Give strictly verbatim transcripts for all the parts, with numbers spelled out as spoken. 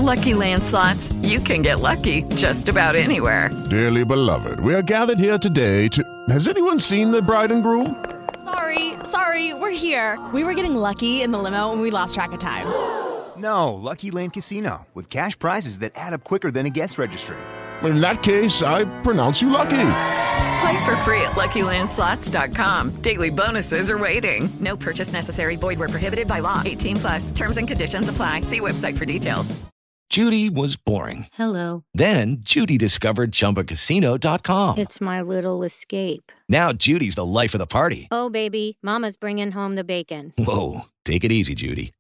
Lucky Land Slots, you can get lucky just about anywhere. Dearly beloved, we are gathered here today to... Has anyone seen the bride and groom? Sorry, sorry, we're here. We were getting lucky in the limo and we lost track of time. No, Lucky Land Casino, with cash prizes that add up quicker than a guest registry. In that case, I pronounce you lucky. Play for free at Lucky Land Slots dot com. Daily bonuses are waiting. No purchase necessary. Void where prohibited by law. eighteen plus. Terms and conditions apply. See website for details. Judy was boring. Hello. Then Judy discovered Chumba Casino dot com. It's my little escape. Now Judy's the life of the party. Oh, baby, mama's bringing home the bacon. Whoa, take it easy, Judy.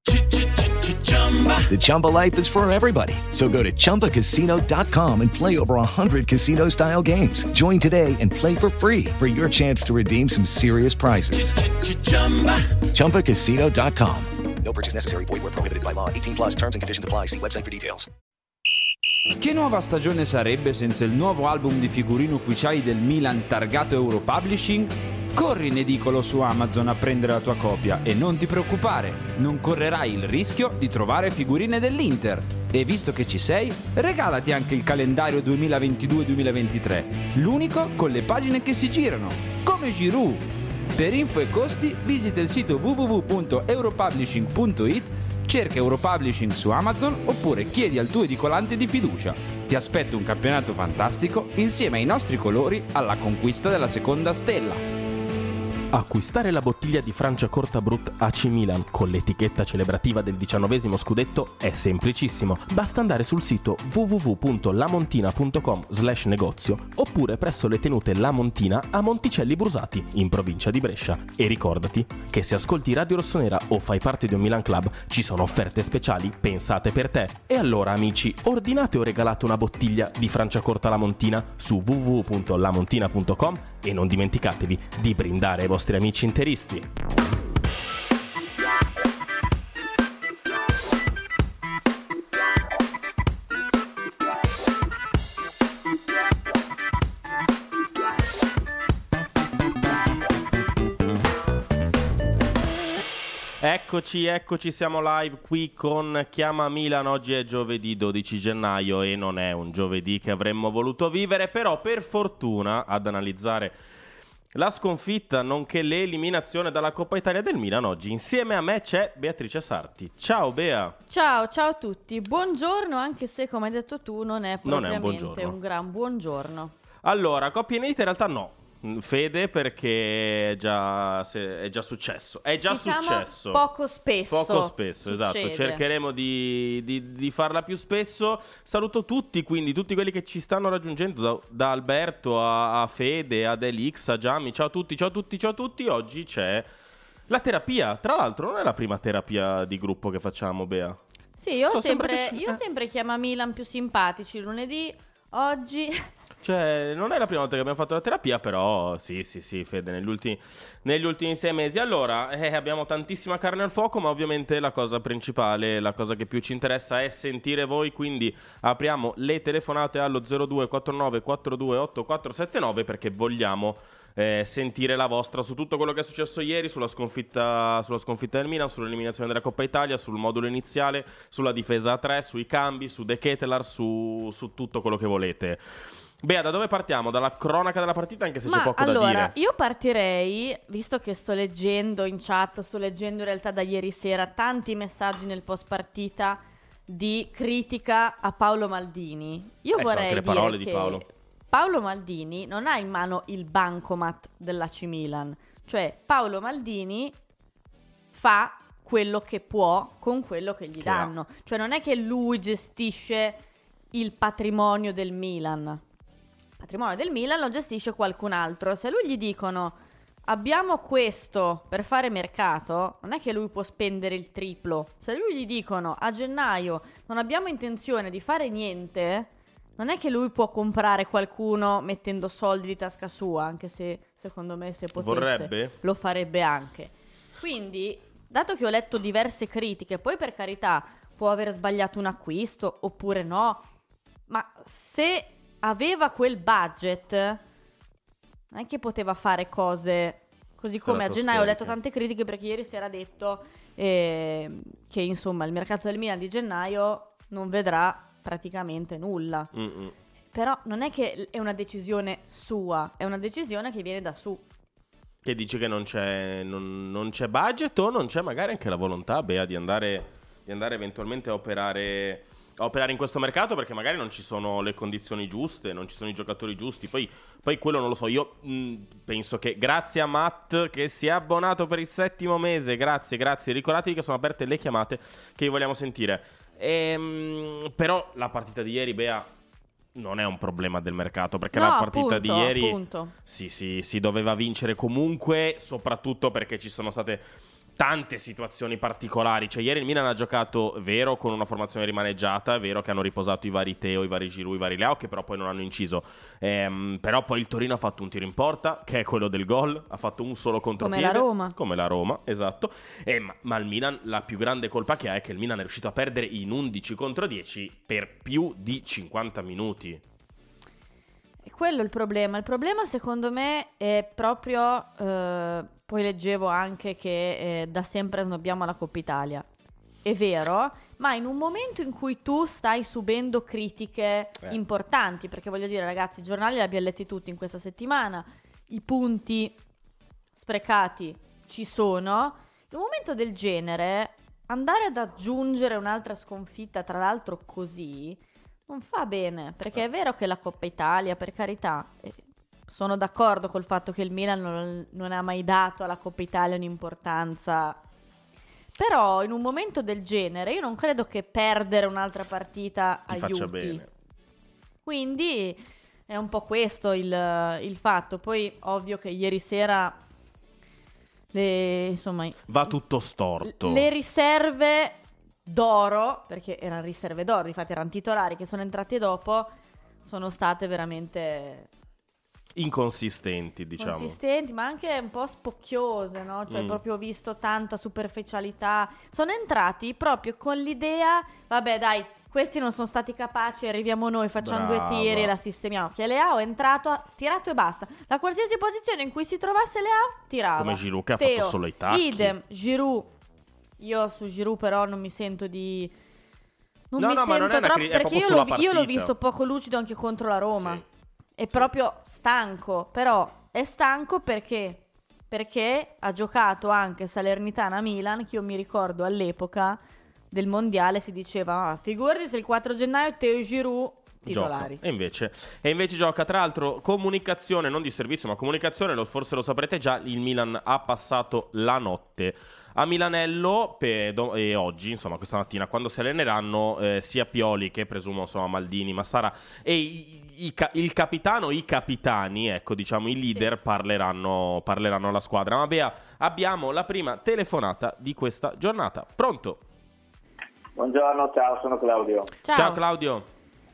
The Chumba life is for everybody. So go to Chumba Casino dot com and play over one hundred casino-style games. Join today and play for free for your chance to redeem some serious prizes. Chumba Casino dot com. No purchase necessary. Void where prohibited by law. eighteen plus. Terms and conditions apply. See website for details. Che nuova stagione sarebbe senza il nuovo album di figurine ufficiali del Milan targato Europublishing? Corri in edicolo su Amazon a prendere la tua copia e non ti preoccupare, non correrai il rischio di trovare figurine dell'Inter. E visto che ci sei, regalati anche il calendario duemilaventidue duemilaventitré, l'unico con le pagine che si girano, come Giroud. Per info e costi visita il sito w w w punto europublishing punto it, cerca Europublishing su Amazon oppure chiedi al tuo edicolante di fiducia. Ti aspetta un campionato fantastico insieme ai nostri colori alla conquista della seconda stella. Acquistare la bottiglia di Franciacorta Brut A C Milan con l'etichetta celebrativa del diciannovesimo scudetto è semplicissimo. Basta andare sul sito w w w punto lamontina punto com slash negozio oppure presso le tenute La Montina a Monticelli Brusati, in provincia di Brescia. E ricordati che se ascolti Radio Rossonera o fai parte di un Milan Club ci sono offerte speciali pensate per te. E allora amici, ordinate o regalate una bottiglia di Franciacorta La Montina su w w w punto lamontina punto com e non dimenticatevi di brindare ai vostri amici interisti. Eccoci, eccoci, siamo live qui con Chiama Milan. Oggi è giovedì dodici gennaio e non è un giovedì che avremmo voluto vivere, però per fortuna ad analizzare la sconfitta nonché l'eliminazione dalla Coppa Italia del Milan oggi insieme a me c'è Beatrice Sarti. Ciao Bea. Ciao, ciao a tutti. Buongiorno, anche se come hai detto tu non è propriamente non è un, un gran buongiorno. Allora, Coppa Inedita in realtà no. Fede, perché è già, se, è già successo. È già diciamo successo. Poco spesso. Poco spesso, succede. Esatto. Cercheremo di, di, di farla più spesso. Saluto tutti, quindi, tutti quelli che ci stanno raggiungendo, da, da Alberto a, a Fede, ad Elix, a Gianni. Ciao a tutti, ciao a tutti, ciao a tutti. Oggi c'è la terapia. Tra l'altro, non è la prima terapia di gruppo che facciamo, Bea. Sì, io ho So sempre, sempre che... io sempre chiamo Milan più simpatici. Lunedì, oggi... Cioè, non è la prima volta che abbiamo fatto la terapia, però sì, sì, sì, Fede, negli ultimi, negli ultimi sei mesi. Allora, eh, abbiamo tantissima carne al fuoco, ma ovviamente la cosa principale, la cosa che più ci interessa è sentire voi, quindi apriamo le telefonate allo zero due quattro nove quattro due otto quattro sette nove perché vogliamo eh, sentire la vostra su tutto quello che è successo ieri, sulla sconfitta, sulla sconfitta del Milan, sull'eliminazione della Coppa Italia, sul modulo iniziale, sulla difesa a tre, sui cambi, su De Ketelaar, su, su tutto quello che volete. Bea, da dove partiamo? Dalla cronaca della partita, anche se Ma c'è poco allora, da dire. Allora, io partirei, visto che sto leggendo in chat, sto leggendo in realtà da ieri sera tanti messaggi nel post partita di critica a Paolo Maldini. Io eh, vorrei sono anche le dire parole che di Paolo. Paolo Maldini non ha in mano il bancomat dell'A C Milan. Cioè, Paolo Maldini fa quello che può con quello che gli Che danno. ha. Cioè, non è che lui gestisce il patrimonio del Milan. Il patrimonio del Milan lo gestisce qualcun altro. Se lui gli dicono abbiamo questo per fare mercato, non è che lui può spendere il triplo. Se lui gli dicono a gennaio non abbiamo intenzione di fare niente, non è che lui può comprare qualcuno mettendo soldi di tasca sua, anche se secondo me se potesse Vorrebbe? lo farebbe anche. Quindi, dato che ho letto diverse critiche, poi per carità può aver sbagliato un acquisto oppure no, ma se aveva quel budget, non è che poteva fare cose così come a gennaio. Ho letto tante critiche perché ieri si era detto eh, che insomma il mercato del Milan di gennaio non vedrà praticamente nulla. Mm-mm. Però non è che è una decisione sua, è una decisione che viene da su. Che dici che non c'è, non, non c'è budget o non c'è magari anche la volontà, Bea, di andare, di andare eventualmente a operare, a operare in questo mercato, perché magari non ci sono le condizioni giuste, non ci sono i giocatori giusti. Poi, poi quello non lo so, io mh, penso che grazie a Matt che si è abbonato per il settimo mese, grazie, grazie, ricordatevi che sono aperte le chiamate che vi vogliamo sentire. Ehm, però la partita di ieri, Bea, non è un problema del mercato, perché no, la partita appunto, di ieri appunto. sì, sì, si doveva vincere comunque, soprattutto perché ci sono state tante situazioni particolari. Cioè ieri il Milan ha giocato, vero, con una formazione rimaneggiata, è vero che hanno riposato i vari Teo, i vari Giroud, i vari Leao, che però poi non hanno inciso. Ehm, però poi il Torino ha fatto un tiro in porta, che è quello del gol, ha fatto un solo contropiede. Come la Roma. Come la Roma, esatto. E, ma, ma il Milan, la più grande colpa che ha è che il Milan è riuscito a perdere in undici contro dieci per più di cinquanta minuti. E quello è il problema. Il problema secondo me è proprio... Eh, poi leggevo anche che eh, da sempre snobbiamo la Coppa Italia. È vero, ma in un momento in cui tu stai subendo critiche eh. importanti, perché voglio dire ragazzi, i giornali li abbiamo letti tutti in questa settimana, i punti sprecati ci sono, in un momento del genere andare ad aggiungere un'altra sconfitta, tra l'altro così, non fa bene, perché è vero che la Coppa Italia, per carità, eh, sono d'accordo col fatto che il Milan non, non ha mai dato alla Coppa Italia un'importanza, però in un momento del genere io non credo che perdere un'altra partita ti aiuti. Faccia bene. Quindi è un po' questo il, il fatto. Poi ovvio che ieri sera le, insomma, va tutto storto. Le riserve d'oro, perché erano riserve d'oro, infatti erano titolari che sono entrati dopo, sono state veramente inconsistenti, diciamo. Consistenti, ma anche un po' spocchiose, no? Cioè mm. proprio ho visto tanta superficialità. Sono entrati proprio con l'idea, vabbè dai, questi non sono stati capaci, arriviamo noi, facciamo Brava. due tiri e la sistemiamo. Che Leao è entrato, ha tirato e basta. Da qualsiasi posizione in cui si trovasse Leao, tirava. Come Giroud che ha Teo, fatto solo i tacchi. Idem, Giroud. Io su Giroud però non mi sento di... Non no, mi no, sento ma non è una troppo, cri- è perché io sulla l'ho, io l'ho partita. visto poco lucido anche contro la Roma. Sì. È proprio stanco, però è stanco perché perché ha giocato anche Salernitana-Milan, che io mi ricordo all'epoca del mondiale si diceva ah, figurati se il quattro gennaio Teo e Giroud titolari. Gioca. E invece e invece gioca, tra l'altro, comunicazione, non di servizio ma comunicazione, lo, forse lo saprete già, il Milan ha passato la notte a Milanello pe, do, e oggi, insomma questa mattina, quando si alleneranno eh, sia Pioli che presumo insomma Maldini, Massara e i, i, il capitano, i capitani, ecco diciamo i leader sì. parleranno, parleranno alla squadra. Ma Bea, abbiamo la prima telefonata di questa giornata. Pronto? Buongiorno, ciao, sono Claudio. Ciao, ciao Claudio.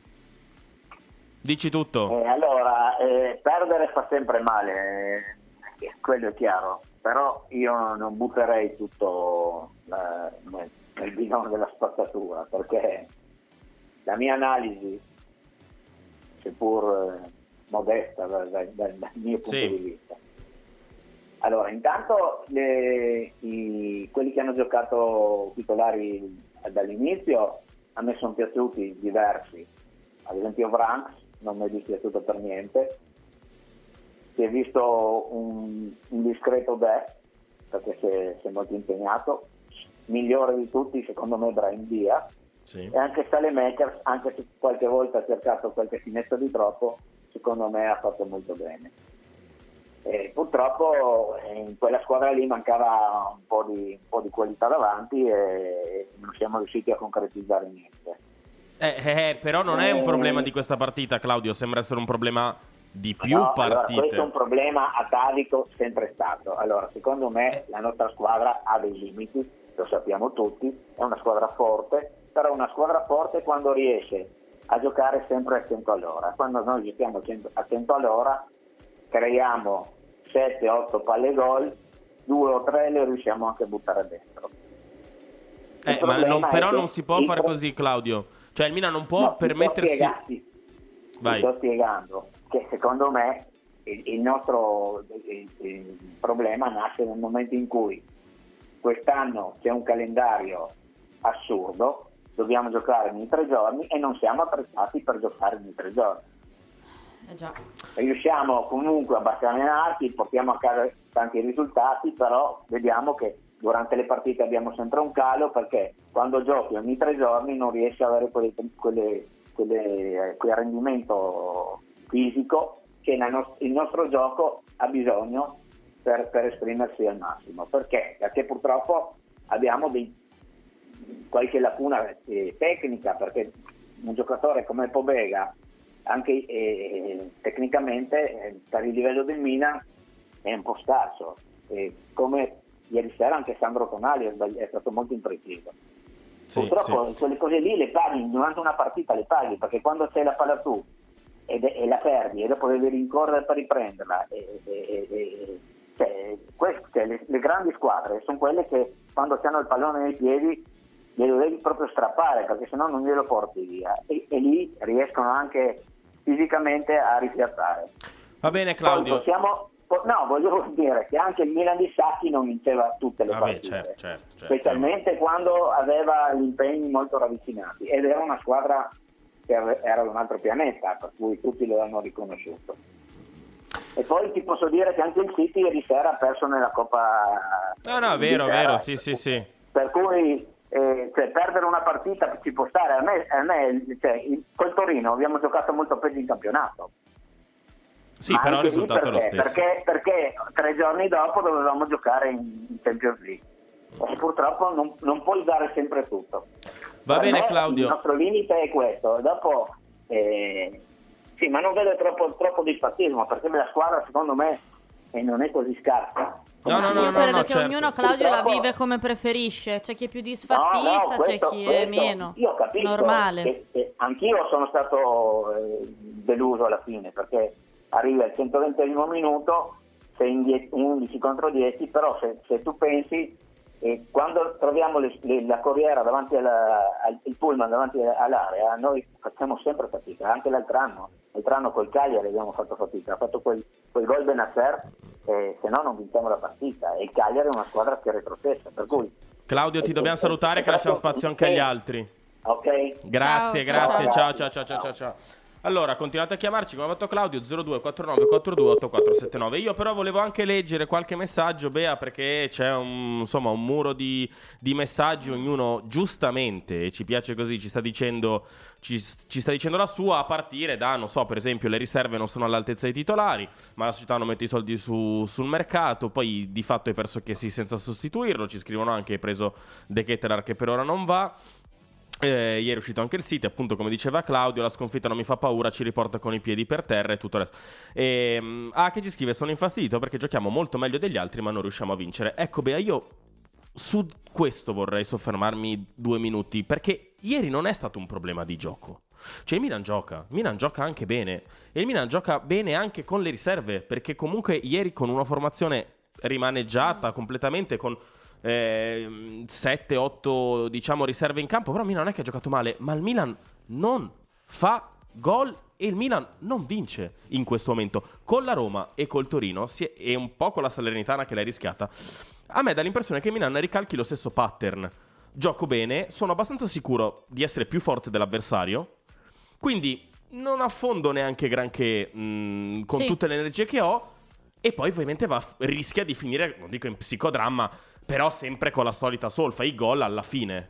Dici tutto. Eh, allora, eh, perdere fa sempre male, eh, quello è chiaro, però io non butterei tutto eh, nel, nel bidone della spazzatura, perché la mia analisi, seppur eh, modesta dal, dal, dal mio punto sì. di vista. Allora, intanto le, i, quelli che hanno giocato titolari dall'inizio a me sono piaciuti diversi, ad esempio Branks non mi è dispiaciuto per niente, si è visto un, un discreto depth perché si è, si è molto impegnato, migliore di tutti secondo me Brahim Diaz sì. e anche Saelemaekers, anche se qualche volta ha cercato qualche finestra di troppo, secondo me ha fatto molto bene. E purtroppo in quella squadra lì mancava un po' di, un po' di qualità davanti e non siamo riusciti a concretizzare niente. Eh, eh, però non è un problema di questa partita, Claudio, sembra essere un problema di più no, partite. Allora, questo è un problema atavico sempre stato. Allora, secondo me la nostra squadra ha dei limiti, lo sappiamo tutti, è una squadra forte, però una squadra forte quando riesce a giocare sempre a cento all'ora. Quando noi giochiamo a cento all'ora creiamo sette otto palle gol, due o tre le riusciamo anche a buttare dentro. Eh, ma non, però non si può fare pro- così, Claudio. Cioè il Milan non può no, permettersi... Ti Vai. sto spiegando che secondo me il, il nostro il, il problema nasce nel momento in cui quest'anno c'è un calendario assurdo, dobbiamo giocare ogni tre giorni e non siamo attrezzati per giocare ogni tre giorni. Eh già. Riusciamo comunque a battere archi, portiamo a casa tanti risultati, però vediamo che durante le partite abbiamo sempre un calo, perché quando giochi ogni tre giorni non riesci ad avere quelle, quelle, quelle, quel rendimento fisico che il nostro gioco ha bisogno per, per esprimersi al massimo. Perché? Perché purtroppo abbiamo dei, qualche lacuna eh, tecnica, perché un giocatore come Pobega anche eh, tecnicamente eh, per il livello del Milan è un po' scarso, eh, come ieri sera anche Sandro Tonali è, sbagli- è stato molto impreciso. Sì, purtroppo sì. Quelle cose lì le paghi durante una partita, le paghi, perché quando c'hai la palla tu e, de- e la perdi e dopo devi rincorrere per riprenderla e, e, e, cioè, queste, le, le grandi squadre sono quelle che quando hanno il pallone nei piedi glielo devi proprio strappare, perché sennò non glielo porti via, e, e lì riescono anche fisicamente a rifiatare. Va bene, Claudio. Poi possiamo, no, voglio dire che anche il Milan di Sacchi non vinceva tutte le Vabbè, partite, certo, certo, certo, specialmente certo. quando aveva gli impegni molto ravvicinati, ed era una squadra che era da un altro pianeta, per cui tutti lo hanno riconosciuto. E poi ti posso dire che anche il City ieri sera ha perso nella Coppa. No, no, è vero, vero, sì, sì, sì. Per cui Eh, cioè, perdere una partita ci può stare. A me, a me cioè, il, col Torino abbiamo giocato molto peggio in campionato. Sì, Ma però il anche lì risultato è lo perché, stesso. Perché, perché tre giorni dopo dovevamo giocare in, in Champions League. E purtroppo non, non puoi dare sempre tutto. Va Per bene, me, Claudio. Il nostro limite è questo. Dopo, eh, sì, ma non vedo troppo, troppo disfattismo, perché la squadra secondo me eh, non è così scarsa. No, no, no, Io no, credo no, che certo. ognuno, Claudio, Purtroppo- la vive come preferisce. C'è chi è più disfattista, No, no, questo- c'è chi è questo- meno. Io capisco Normale. che, che anch'io sono stato eh, deluso alla fine, perché arriva il centoventesimo minuto, sei in die- undici contro dieci, però se, se tu pensi, eh, quando troviamo le, le, la corriera davanti alla, al il pullman davanti all'area, noi facciamo sempre fatica, anche l'altro anno. L'altro anno col Cagliari abbiamo fatto fatica, ha fatto quel, quel gol Benasser, eh, se no non vinciamo la partita, e il Cagliari è una squadra che è retrocessa, per cui Claudio, ti è- dobbiamo è- salutare, è che lasciamo troppo- spazio anche agli sì. altri. Ok. Grazie, Ciao, grazie, ciao. ciao, ciao, ciao, ciao, ciao, ciao. Allora, continuate a chiamarci, come ha fatto Claudio, zero due quattro nove quattro due otto quattro sette nove. Io però volevo anche leggere qualche messaggio, Bea, perché c'è un, insomma, un muro di, di messaggi, ognuno giustamente, e ci piace così, ci sta dicendo ci, ci sta dicendo la sua, a partire da, non so, per esempio, le riserve non sono all'altezza dei titolari, ma la società non mette i soldi su, sul mercato, poi di fatto hai perso che sì senza sostituirlo, ci scrivono anche hai preso De Ketelaere che per ora non va. Eh, ieri è uscito anche il City, appunto, come diceva Claudio, la sconfitta non mi fa paura, ci riporta con i piedi per terra e tutto il resto. E, ah, che ci scrive: sono infastidito perché giochiamo molto meglio degli altri ma non riusciamo a vincere. Ecco, Bea, io su questo vorrei soffermarmi due minuti, perché ieri non è stato un problema di gioco. Cioè il Milan gioca, il Milan gioca anche bene, e il Milan gioca bene anche con le riserve, perché comunque ieri con una formazione rimaneggiata completamente, con Eh, sette otto diciamo riserve in campo, però il Milan non è che ha giocato male, ma il Milan non fa gol e il Milan non vince in questo momento. Con la Roma e col Torino si è, e un po' con la Salernitana che l'hai rischiata, a me dà l'impressione che il Milan ricalchi lo stesso pattern. Gioco bene, sono abbastanza sicuro di essere più forte dell'avversario, quindi non affondo neanche granché mh, con Sì. tutte le energie che ho, e poi ovviamente va, rischia di finire, non dico in psicodramma, però sempre con la solita solfa, i gol alla fine.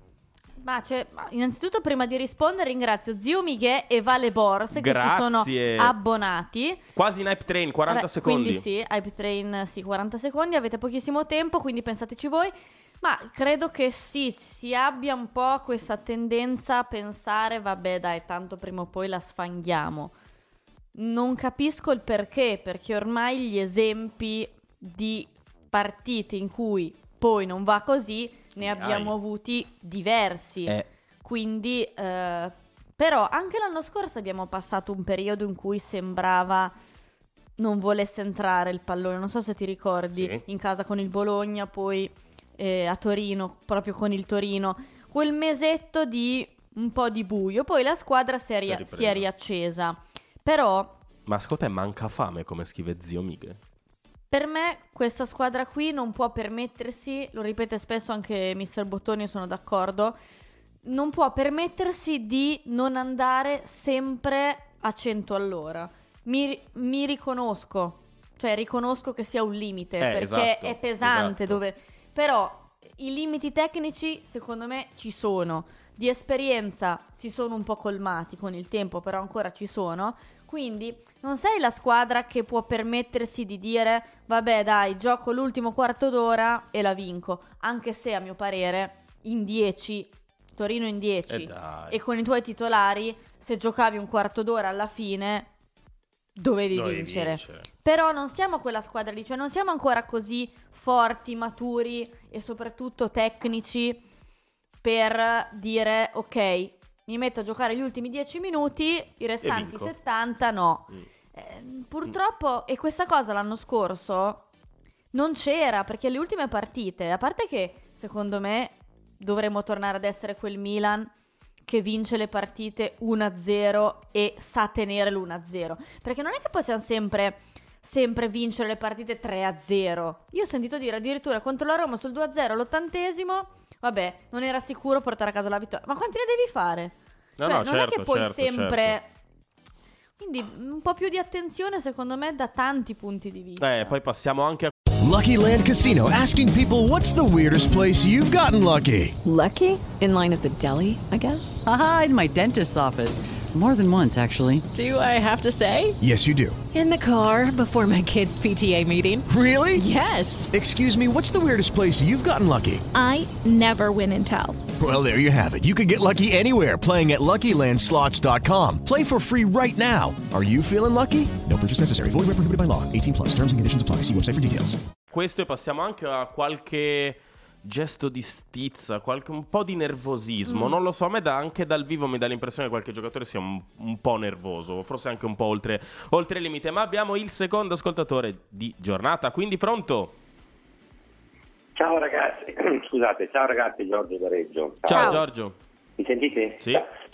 Ma c'è, ma innanzitutto, prima di rispondere, ringrazio zio Miguel e Vale Bors che Grazie. si sono abbonati. Quasi in hype train, quaranta Vabbè, secondi. Quindi sì, hype train, sì, quaranta secondi, avete pochissimo tempo, quindi pensateci voi. Ma credo che sì, si abbia un po' questa tendenza a pensare, vabbè dai, tanto prima o poi la sfanghiamo. Non capisco il perché, perché ormai gli esempi di partite in cui poi non va così ne abbiamo Ai. avuti diversi. Eh. Quindi, eh, però anche l'anno scorso abbiamo passato un periodo in cui sembrava non volesse entrare il pallone. Non so se ti ricordi, Sì. in casa con il Bologna, poi eh, a Torino, proprio con il Torino. Quel mesetto di un po' di buio, poi la squadra si è, Si è ria- ripresa. si è riaccesa. Però Ma ascolta, manca fame, come scrive zio Miguel. per me questa squadra qui non può permettersi, lo ripete spesso anche mister Bottoni, sono d'accordo, non può permettersi di non andare sempre a cento all'ora. Mi, mi riconosco, cioè riconosco che sia un limite, eh, perché esatto, è pesante, esatto. dove però i limiti tecnici secondo me ci sono, di esperienza si sono un po' colmati con il tempo, però ancora ci sono, quindi non sei la squadra che può permettersi di dire vabbè dai, gioco l'ultimo quarto d'ora e la vinco, anche se a mio parere in dieci, Torino in dieci eh e con i tuoi titolari, se giocavi un quarto d'ora alla fine dovevi, dovevi vincere. vincere. Però non siamo quella squadra lì, cioè non siamo ancora così forti, maturi e soprattutto tecnici per dire ok, mi metto a giocare gli ultimi dieci minuti, i restanti settanta no. Mm. Eh, purtroppo, e questa cosa l'anno scorso non c'era, perché le ultime partite, a parte che secondo me dovremmo tornare ad essere quel Milan che vince le partite uno a zero e sa tenere l'uno a zero, perché non è che possiamo sempre sempre vincere le partite tre a zero. Io ho sentito dire addirittura contro la Roma sul due a zero all'ottantesimo, vabbè, non era sicuro portare a casa la vittoria, ma quanti ne devi fare? No, cioè, no, non certo, è che puoi certo, sempre certo. Quindi un po' più di attenzione secondo me da tanti punti di vista. Eh, poi passiamo anche a Lucky Land Casino, asking people, what's the weirdest place you've gotten lucky? Lucky? In line at the deli, I guess? Aha, in my dentist's office. More than once, actually. Do I have to say? Yes, you do. In the car before my kids' P T A meeting. Really? Yes. Excuse me, what's the weirdest place you've gotten lucky? I never win and tell. Well, there you have it. You can get lucky anywhere, playing at Lucky Land Slots dot com. Play for free right now. Are you feeling lucky? No purchase necessary. Void where prohibited by law. eighteen plus. Terms and conditions apply. See website for details. questo e passiamo anche a qualche gesto di stizza, qualche, un po' di nervosismo, mm. non lo so, a me da, anche dal vivo mi dà l'impressione che qualche giocatore sia un, un po' nervoso, forse anche un po' oltre, oltre il limite, ma abbiamo il secondo ascoltatore di giornata, quindi pronto? Ciao ragazzi, scusate, ciao ragazzi, Giorgio da Reggio. Ciao, ciao Giorgio. Mi sentite? Sì.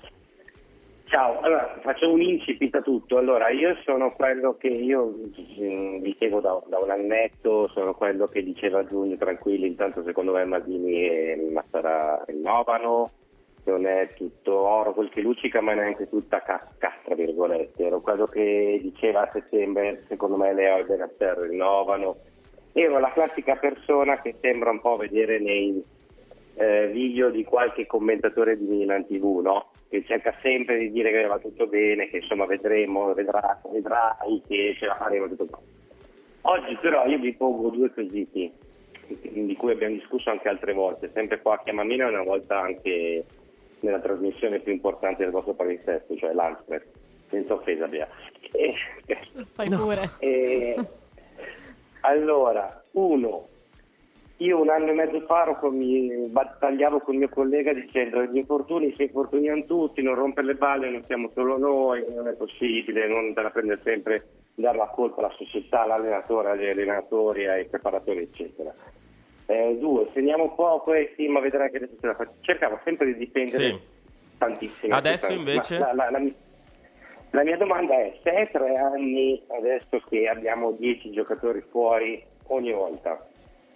Ciao, allora faccio un incipit a tutto. Allora, io sono quello che io vi seguo da, da un annetto, sono quello che diceva a giugno tranquilli, intanto secondo me Maldini e Massara rinnovano, non è tutto oro quel che luccica, ma neanche tutta casca, tra virgolette. Ero quello che diceva a settembre, secondo me Leo e Benacer rinnovano. Ero la classica persona che sembra un po' vedere nei eh, video di qualche commentatore di Milan tivù, no? Che cerca sempre di dire che va tutto bene, che insomma vedremo, vedrà, vedrai, che ce la faremo tutto qua. Oggi però io vi pongo due quesiti di cui abbiamo discusso anche altre volte, sempre qua a Chiamamina e una volta anche nella trasmissione più importante del vostro palinsesto, cioè l'Alfred, senza offesa Bea. E, Fai pure. E, allora, uno, io un anno e mezzo fa ero, mi battagliavo con il mio collega dicendo gli infortuni si infortuniano tutti, non rompere le balle, non siamo solo noi, non è possibile, non te la prendere sempre, dare la colpa alla società, all'allenatore, agli allenatori, ai preparatori eccetera. Eh, due, segniamo un po' questi, ma vedrai che adesso ce la faccio. Cercavo sempre di difendere sì. tantissimo. Adesso invece? La, la, la, la, la mia domanda è, se è tre anni adesso che abbiamo dieci giocatori fuori ogni volta,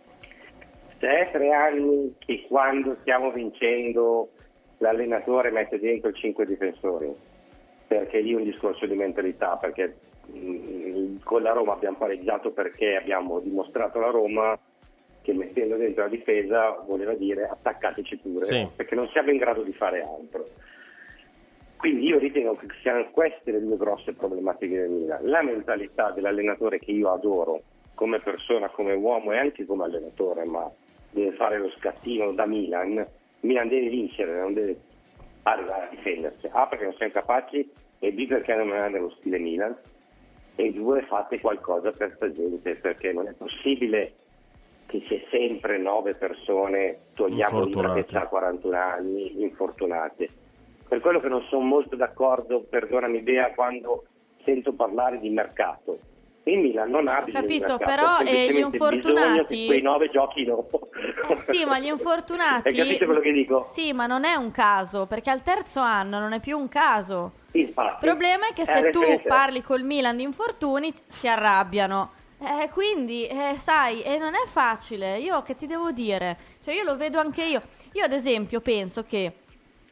se è tre anni che quando stiamo vincendo l'allenatore mette dentro cinque difensori, perché lì è un discorso di mentalità, perché mh, con la Roma abbiamo pareggiato perché abbiamo dimostrato alla Roma che mettendo dentro la difesa voleva dire attaccateci pure, sì. perché non siamo in grado di fare altro. Quindi io ritengo che siano queste le due grosse problematiche del Milan, la mentalità dell'allenatore che io adoro come persona, come uomo e anche come allenatore, ma deve fare lo scattino da Milan. Milan deve vincere, non deve arrivare a difendersi. A, perché non siamo capaci, e B, perché non è nello stile Milan, e due, fate qualcosa per sta gente, perché non è possibile che sia sempre nove persone, togliamo Ibra che ha quarantuno anni, infortunate. Per quello che non sono molto d'accordo, perdonami Bea, quando sento parlare di mercato. Il Milan non ha bisogno capito, di mercato, però e gli infortunati che quei nove giochino. Eh sì, ma gli infortunati Hai capito quello che dico? Sì, ma non è un caso, perché al terzo anno non è più un caso. Infatti, il problema è che se eh, tu sì, sì. parli col Milan di infortuni si arrabbiano. Eh, quindi, eh, sai, e eh, non è facile. Io che ti devo dire? Cioè io lo vedo anche io. Io ad esempio penso che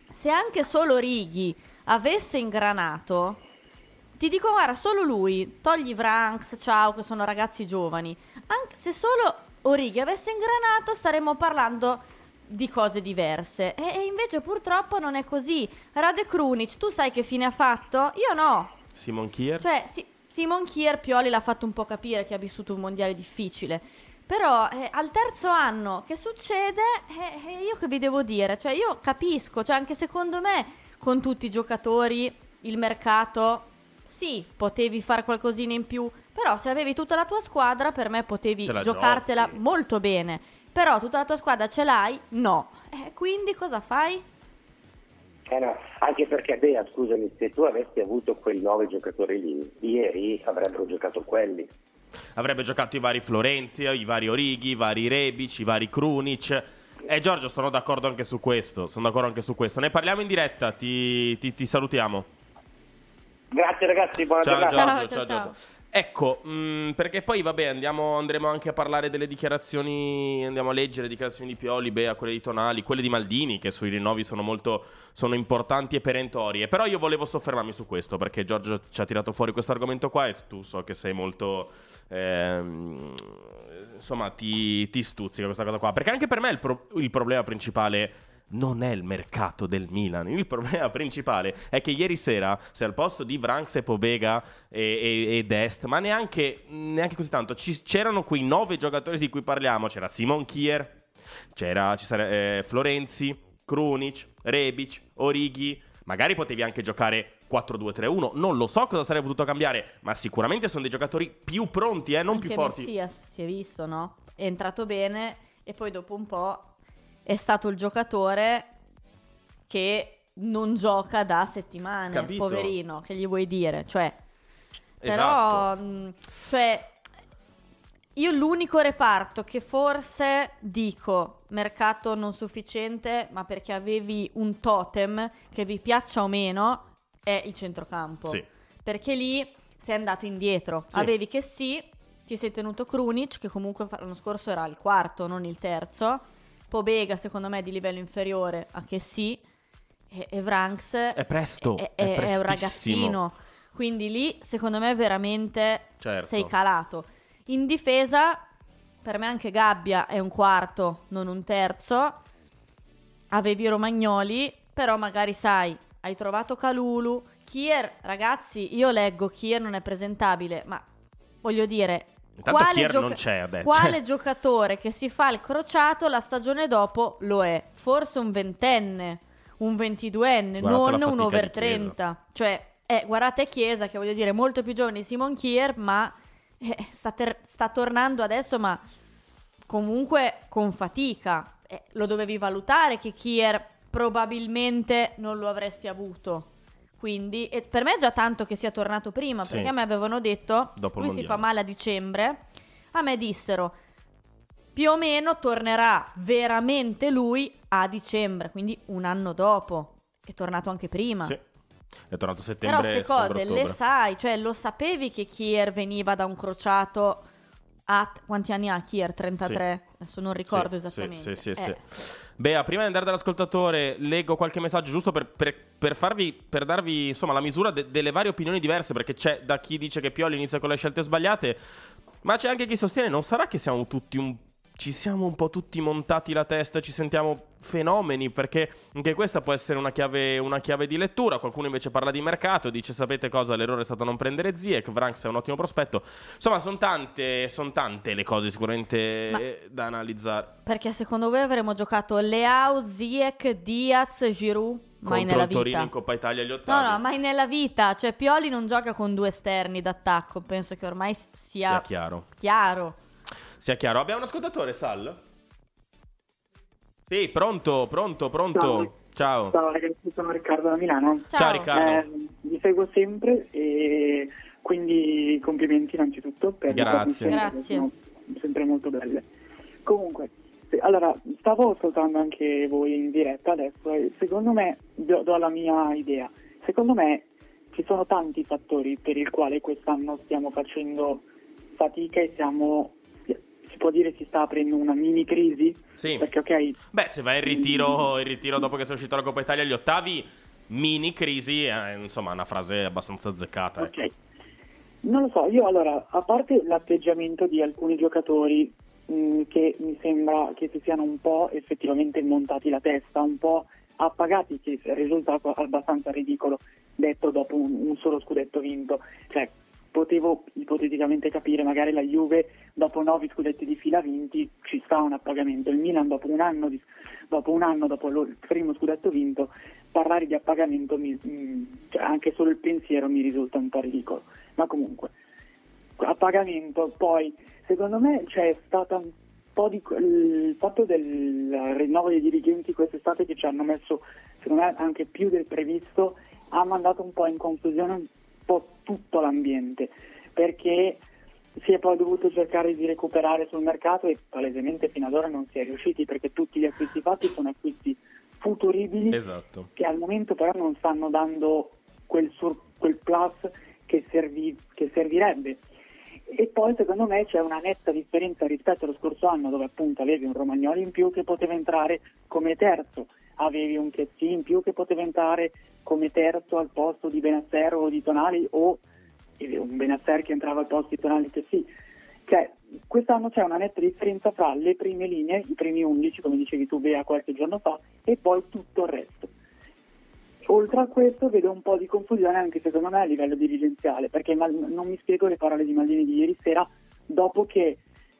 se anche solo Righi avesse ingranato, ti dico, guarda, solo lui, togli Vranks, Ciao, che sono ragazzi giovani, anche se solo Origi avesse ingranato staremmo parlando di cose diverse, e, e invece purtroppo non è così. Rade Krunic, tu sai che fine ha fatto? Io no. Simon Kier? Cioè, si, Simon Kier, Pioli l'ha fatto un po' capire che ha vissuto un mondiale difficile. Però eh, al terzo anno che succede, eh, eh, io che vi devo dire? Cioè, io capisco, cioè anche secondo me con tutti i giocatori il mercato, sì, potevi fare qualcosina in più, però se avevi tutta la tua squadra per me potevi giocartela giochi. molto bene. Però tutta la tua squadra ce l'hai? No. Eh, quindi cosa fai? Eh no, anche perché, Bea, scusami, se tu avessi avuto quei nove giocatori lì, ieri avrebbero giocato quelli. Avrebbe giocato i vari Florenzi, i vari Origi, i vari Rebic, i vari Krunic. Eh Giorgio, sono d'accordo anche su questo. Sono d'accordo anche su questo. Ne parliamo in diretta, ti, ti, ti salutiamo. Grazie ragazzi, buona ciao, giornata. Giorgio, Ciao, ciao, ciao, Giorgio. Ecco, mh, perché poi vabbè andiamo, andremo anche a parlare delle dichiarazioni, andiamo a leggere le dichiarazioni di Pioli, Bea, quelle di Tonali, quelle di Maldini, che sui rinnovi sono molto sono importanti e perentorie. Però io volevo soffermarmi su questo, perché Giorgio ci ha tirato fuori questo argomento qua e tu so che sei molto ehm, insomma ti, ti stuzzica questa cosa qua, perché anche per me il, pro- il problema principale non è il mercato del Milan. Il problema principale è che ieri sera, se al posto di Vranks e Pobega e, e, e Dest, ma neanche, neanche così tanto, ci, c'erano quei nove giocatori di cui parliamo. C'era Simon Kier, c'era ci sare, eh, Florenzi, Krunic, Rebic, Origi. Magari potevi anche giocare quattro due tre uno, non lo so cosa sarebbe potuto cambiare, ma sicuramente sono dei giocatori più pronti, eh, non anche più forti. Messias, si è visto, no? È entrato bene e poi dopo un po' è stato il giocatore che non gioca da settimane. Capito. Poverino, che gli vuoi dire? Cioè, esatto. Però, mh, cioè, io l'unico reparto che forse dico mercato non sufficiente, ma perché avevi un totem che vi piaccia o meno, è il centrocampo. Sì. Perché lì sei andato indietro. Sì. Avevi che sì, ti sei tenuto Krunic, che comunque l'anno scorso era il quarto, non il terzo. Pobega secondo me è di livello inferiore a che sì, e, e Vranks è presto, è, è, è, è un ragazzino, quindi lì secondo me veramente certo. sei calato. In difesa per me anche Gabbia è un quarto, non un terzo. Avevi Romagnoli, però magari sai, hai trovato Kalulu. Kier, ragazzi, io leggo Kier non è presentabile, ma voglio dire, intanto quale, Kier gioca- non c'è adesso. quale giocatore che si fa il crociato la stagione dopo lo è? Forse un ventenne, un ventiduenne, Guardate non un over di Chiesa. trenta. Cioè, eh, guardate Chiesa, che voglio dire, molto più giovane di Simon Kier, ma eh, sta, ter- sta tornando adesso, ma comunque con fatica. Eh, lo dovevi valutare che Kier probabilmente non lo avresti avuto. Quindi e per me è già tanto che sia tornato prima, Sì. perché a me avevano detto Dopo il lui si mondiale. fa male a dicembre. A me dissero più o meno tornerà veramente lui a dicembre, quindi un anno dopo. È tornato anche prima. Sì. È tornato a settembre. Però queste cose settembre-ottobre. le sai, cioè lo sapevi che Kier veniva da un crociato a quanti anni ha Kier? trentatré? Sì. Adesso non ricordo Sì, esattamente. Sì, sì, sì, Eh. sì. Bea, prima di andare dall'ascoltatore, leggo qualche messaggio giusto per, per, per farvi, per darvi insomma la misura de- delle varie opinioni diverse, perché c'è da chi dice che Pioli inizia con le scelte sbagliate, ma c'è anche chi sostiene non sarà che siamo tutti un ci siamo un po' tutti montati la testa, ci sentiamo fenomeni, perché anche questa può essere una chiave, una chiave di lettura. Qualcuno invece parla di mercato, dice sapete cosa, l'errore è stato non prendere Ziyech, Vranks è un ottimo prospetto. Insomma, sono tante, son tante le cose sicuramente Ma- eh, da analizzare. Perché secondo voi avremmo giocato Leao, Ziyech, Diaz, Giroud? Mai Contro nella il Torino vita. in Coppa Italia agli No, ottavi. no, mai nella vita. Cioè Pioli non gioca con due esterni d'attacco. Penso che ormai sia, Sia chiaro. chiaro. Sia chiaro. Abbiamo un ascoltatore, Sal? Sì, pronto, pronto, pronto. Ciao. Ciao. Ciao ragazzi, sono Riccardo da Milano. Ciao, Ciao, Riccardo. Eh, vi seguo sempre e quindi complimenti innanzitutto per Grazie. le trasmissioni che sono sempre molto belle. Comunque, se- allora, stavo ascoltando anche voi in diretta adesso e secondo me, do, do la mia idea, secondo me ci sono tanti fattori per il quale quest'anno stiamo facendo fatica e siamo, si può dire si sta aprendo una mini crisi? Sì. Perché ok. Beh, se va in ritiro, in ritiro dopo che sei uscito la Coppa Italia agli ottavi, mini crisi, è, insomma, una frase abbastanza azzeccata. Ok. Ecco. Non lo so, io allora, a parte l'atteggiamento di alcuni giocatori mh, che mi sembra che si siano un po' effettivamente montati la testa, un po' appagati, che risulta abbastanza ridicolo detto dopo un, un solo scudetto vinto. Cioè, potevo ipoteticamente capire, magari la Juve dopo nove scudetti di fila vinti ci sta un appagamento, il Milan dopo un anno, di, dopo, un anno dopo lo, il primo scudetto vinto, parlare di appagamento, mi, mh, cioè anche solo il pensiero mi risulta un po' ridicolo. Ma comunque, appagamento, poi secondo me c'è stata un po' di il fatto del rinnovo dei dirigenti quest'estate che ci hanno messo, secondo me, anche più del previsto, ha mandato un po' in confusione un po' tutto l'ambiente, perché si è poi dovuto cercare di recuperare sul mercato e palesemente fino ad ora non si è riusciti, perché tutti gli acquisti fatti sono acquisti futuribili, esatto, che al momento però non stanno dando quel, sur- quel plus che, servi- che servirebbe. E poi secondo me c'è una netta differenza rispetto allo scorso anno, dove appunto avevi un Romagnoli in più che poteva entrare come terzo, avevi un Chiazzi in più che poteva entrare come terzo al posto di Benasser o di Tonali, o un Benasser che entrava al posto di Tonali che sì. Cioè, quest'anno c'è una netta differenza fra le prime linee, i primi undici, come dicevi tu Bea qualche giorno fa, e poi tutto il resto. Oltre a questo vedo un po' di confusione anche secondo me a livello dirigenziale, perché mal- non mi spiego le parole di Maldini di ieri sera, dopo che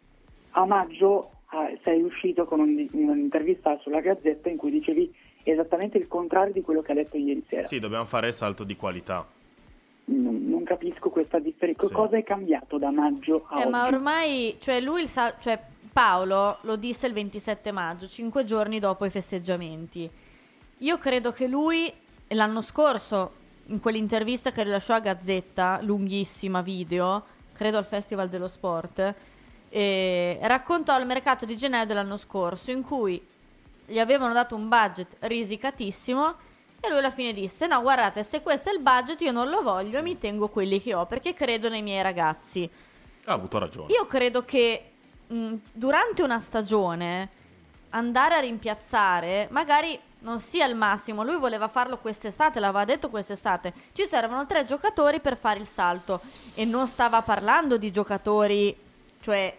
a maggio eh, sei uscito con un, un'intervista sulla Gazzetta in cui dicevi esattamente il contrario di quello che ha detto ieri sera. Sì, dobbiamo fare il salto di qualità. Non, non capisco questa differenza. Sì. Cosa è cambiato da maggio a eh, oggi? Ma ormai, cioè lui, il sal- cioè Paolo lo disse il ventisette maggio, cinque giorni dopo i festeggiamenti. Io credo che lui l'anno scorso, in quell'intervista che rilasciò a Gazzetta, lunghissima video, credo al Festival dello Sport, eh, raccontò il mercato di gennaio dell'anno scorso, in cui gli avevano dato un budget risicatissimo e lui alla fine disse: no, guardate, se questo è il budget io non lo voglio e mi tengo quelli che ho perché credo nei miei ragazzi. Ha avuto ragione. Io credo che mh, durante una stagione andare a rimpiazzare magari non sia il massimo. Lui voleva farlo quest'estate, l'aveva detto quest'estate. Ci servono tre giocatori per fare il salto e non stava parlando di giocatori, cioè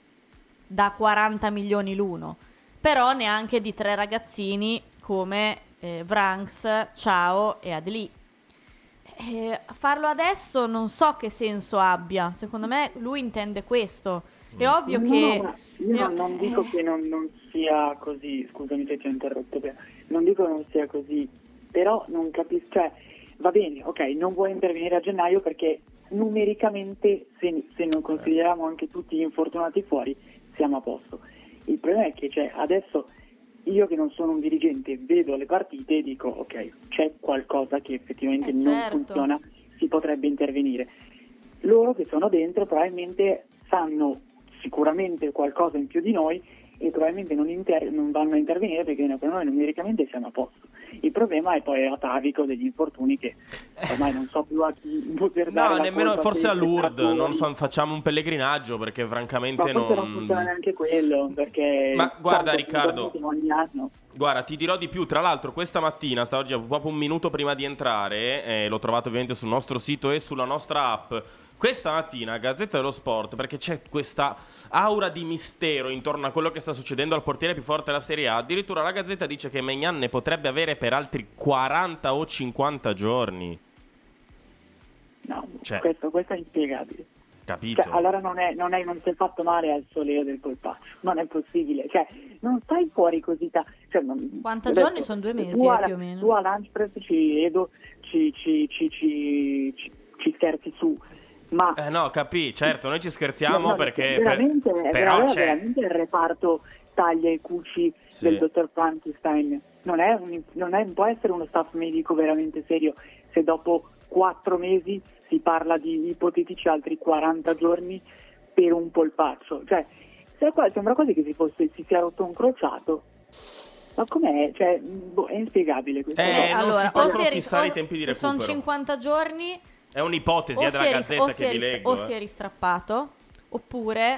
da quaranta milioni l'uno, però neanche di tre ragazzini come eh, Vranks, Ciao e Adli. Eh, farlo adesso non so che senso abbia. Secondo me lui intende questo. È ovvio no, che no, io non, non dico che non, non sia così, scusami se ti ho interrotto, non dico che non sia così, però non capisco, cioè va bene, ok, non vuoi intervenire a gennaio perché numericamente se, se non consideriamo anche tutti gli infortunati fuori siamo a posto. Il problema è che cioè, adesso io che non sono un dirigente vedo le partite e dico ok, c'è qualcosa che effettivamente eh, non certo. funziona, si potrebbe intervenire. Loro che sono dentro probabilmente sanno sicuramente qualcosa in più di noi e probabilmente non, inter- non vanno a intervenire perché per noi numericamente siamo a posto. Il problema è poi atavico degli infortuni che ormai non so più a chi poter dare No, la nemmeno colpa, forse se a Lourdes, non so, fuori. facciamo un pellegrinaggio perché francamente Ma forse non... non funziona neanche quello perché Ma guarda tanto Riccardo, ogni anno. Guarda, ti dirò di più. Tra l'altro questa mattina, sta oggi proprio un minuto prima di entrare, eh, l'ho trovato ovviamente sul nostro sito e sulla nostra app. Questa mattina, Gazzetta dello Sport, perché c'è questa aura di mistero intorno a quello che sta succedendo al portiere più forte della Serie A. Addirittura la Gazzetta dice che Maignan ne potrebbe avere per altri quaranta o cinquanta giorni. No, cioè, questo, questo è inspiegabile. Capito? Cioè, allora non è, non è, non si è fatto male al soleo del colpaccio, non è possibile, cioè non stai fuori così ta- cioè, non, quanta adesso, giorni sono due mesi tu eh, alla, più o meno. Tu a Lunch Press ci Edo ci, ci, ci, ci, ci, ci scherzi su, ma Eh no, capì, certo, noi ci scherziamo no, no, perché... veramente, per- è però vera- c'è... veramente il reparto taglia e cuci Sì. del dottor Frankenstein non, è un, non, è, non può essere uno staff medico veramente serio se dopo quattro mesi si parla di ipotetici altri quaranta giorni per un polpaccio, cioè se qua, sembra quasi che si, fosse, si sia rotto un crociato. Ma com'è? Cioè, boh, è inspiegabile questo. Eh, non si possono si è ri- fissare o- i tempi di se sono recupero. cinquanta giorni È un'ipotesi o eh, della si è ris- Gazzetta o si che è vi ris- leggo. o eh. si è ristrappato oppure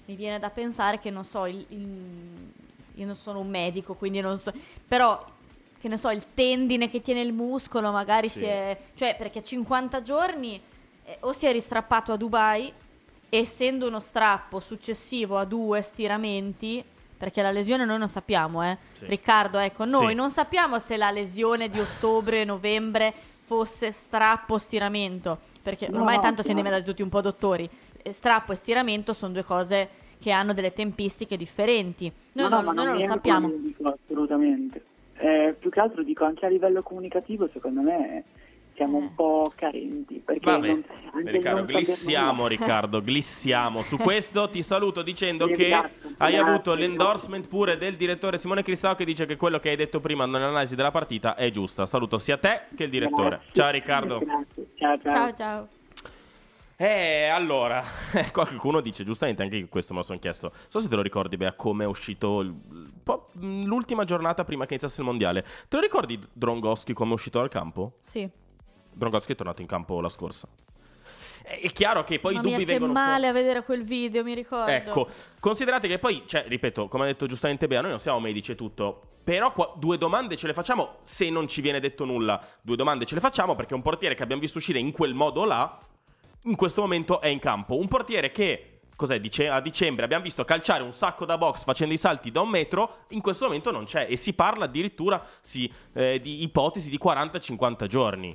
mi viene da pensare che, non so, il, il, io non sono un medico, quindi non so, però, che ne so, il tendine che tiene il muscolo magari Sì. si è... Cioè, perché cinquanta giorni eh, o si è ristrappato a Dubai, essendo uno strappo successivo a due stiramenti, perché la lesione noi non sappiamo, eh. Sì. Riccardo, ecco, noi Sì. non sappiamo se la lesione di ottobre, novembre fosse strappo stiramento, perché No, ormai no, tanto siamo no. diventati tutti un po' dottori. Eh, Strappo e stiramento sono due cose che hanno delle tempistiche differenti. Noi, No, no, non, ma noi non mi lo è sappiamo. quello che dico, assolutamente. Eh, più che altro dico anche a livello comunicativo, secondo me siamo un po' carenti. Perché Vabbè, non, anche Riccardo, non saper glissiamo, nulla. Riccardo, glissiamo. Su questo ti saluto dicendo Sì, che grazie, hai grazie. avuto l'endorsement pure del direttore Simone Cristau, che dice che quello che hai detto prima nell'analisi della partita è giusta. Saluto sia te che il direttore. Grazie. Ciao Riccardo. Grazie. Ciao, ciao. Ciao, ciao. Eh, allora, qualcuno dice, giustamente, anche questo me lo sono chiesto. Non so se te lo ricordi, beh, come è uscito il- un po' l'ultima giornata prima che iniziasse il mondiale. Te lo ricordi Drongoschi come è uscito dal campo? Sì. Drongoschi è tornato in campo la scorsa. È è chiaro che poi Mamma i dubbi mia, che vengono fuori. male a vedere quel video, mi ricordo. Ecco, considerate che poi, cioè, ripeto, come ha detto giustamente Bea, noi non siamo medici e tutto, però qua, due domande ce le facciamo se non ci viene detto nulla. Due domande ce le facciamo perché un portiere che abbiamo visto uscire in quel modo là, in questo momento è in campo. Un portiere che, cos'è, dice, a dicembre abbiamo visto calciare un sacco da box facendo i salti da un metro, in questo momento non c'è. E si parla addirittura sì, eh, di ipotesi di quaranta cinquanta giorni.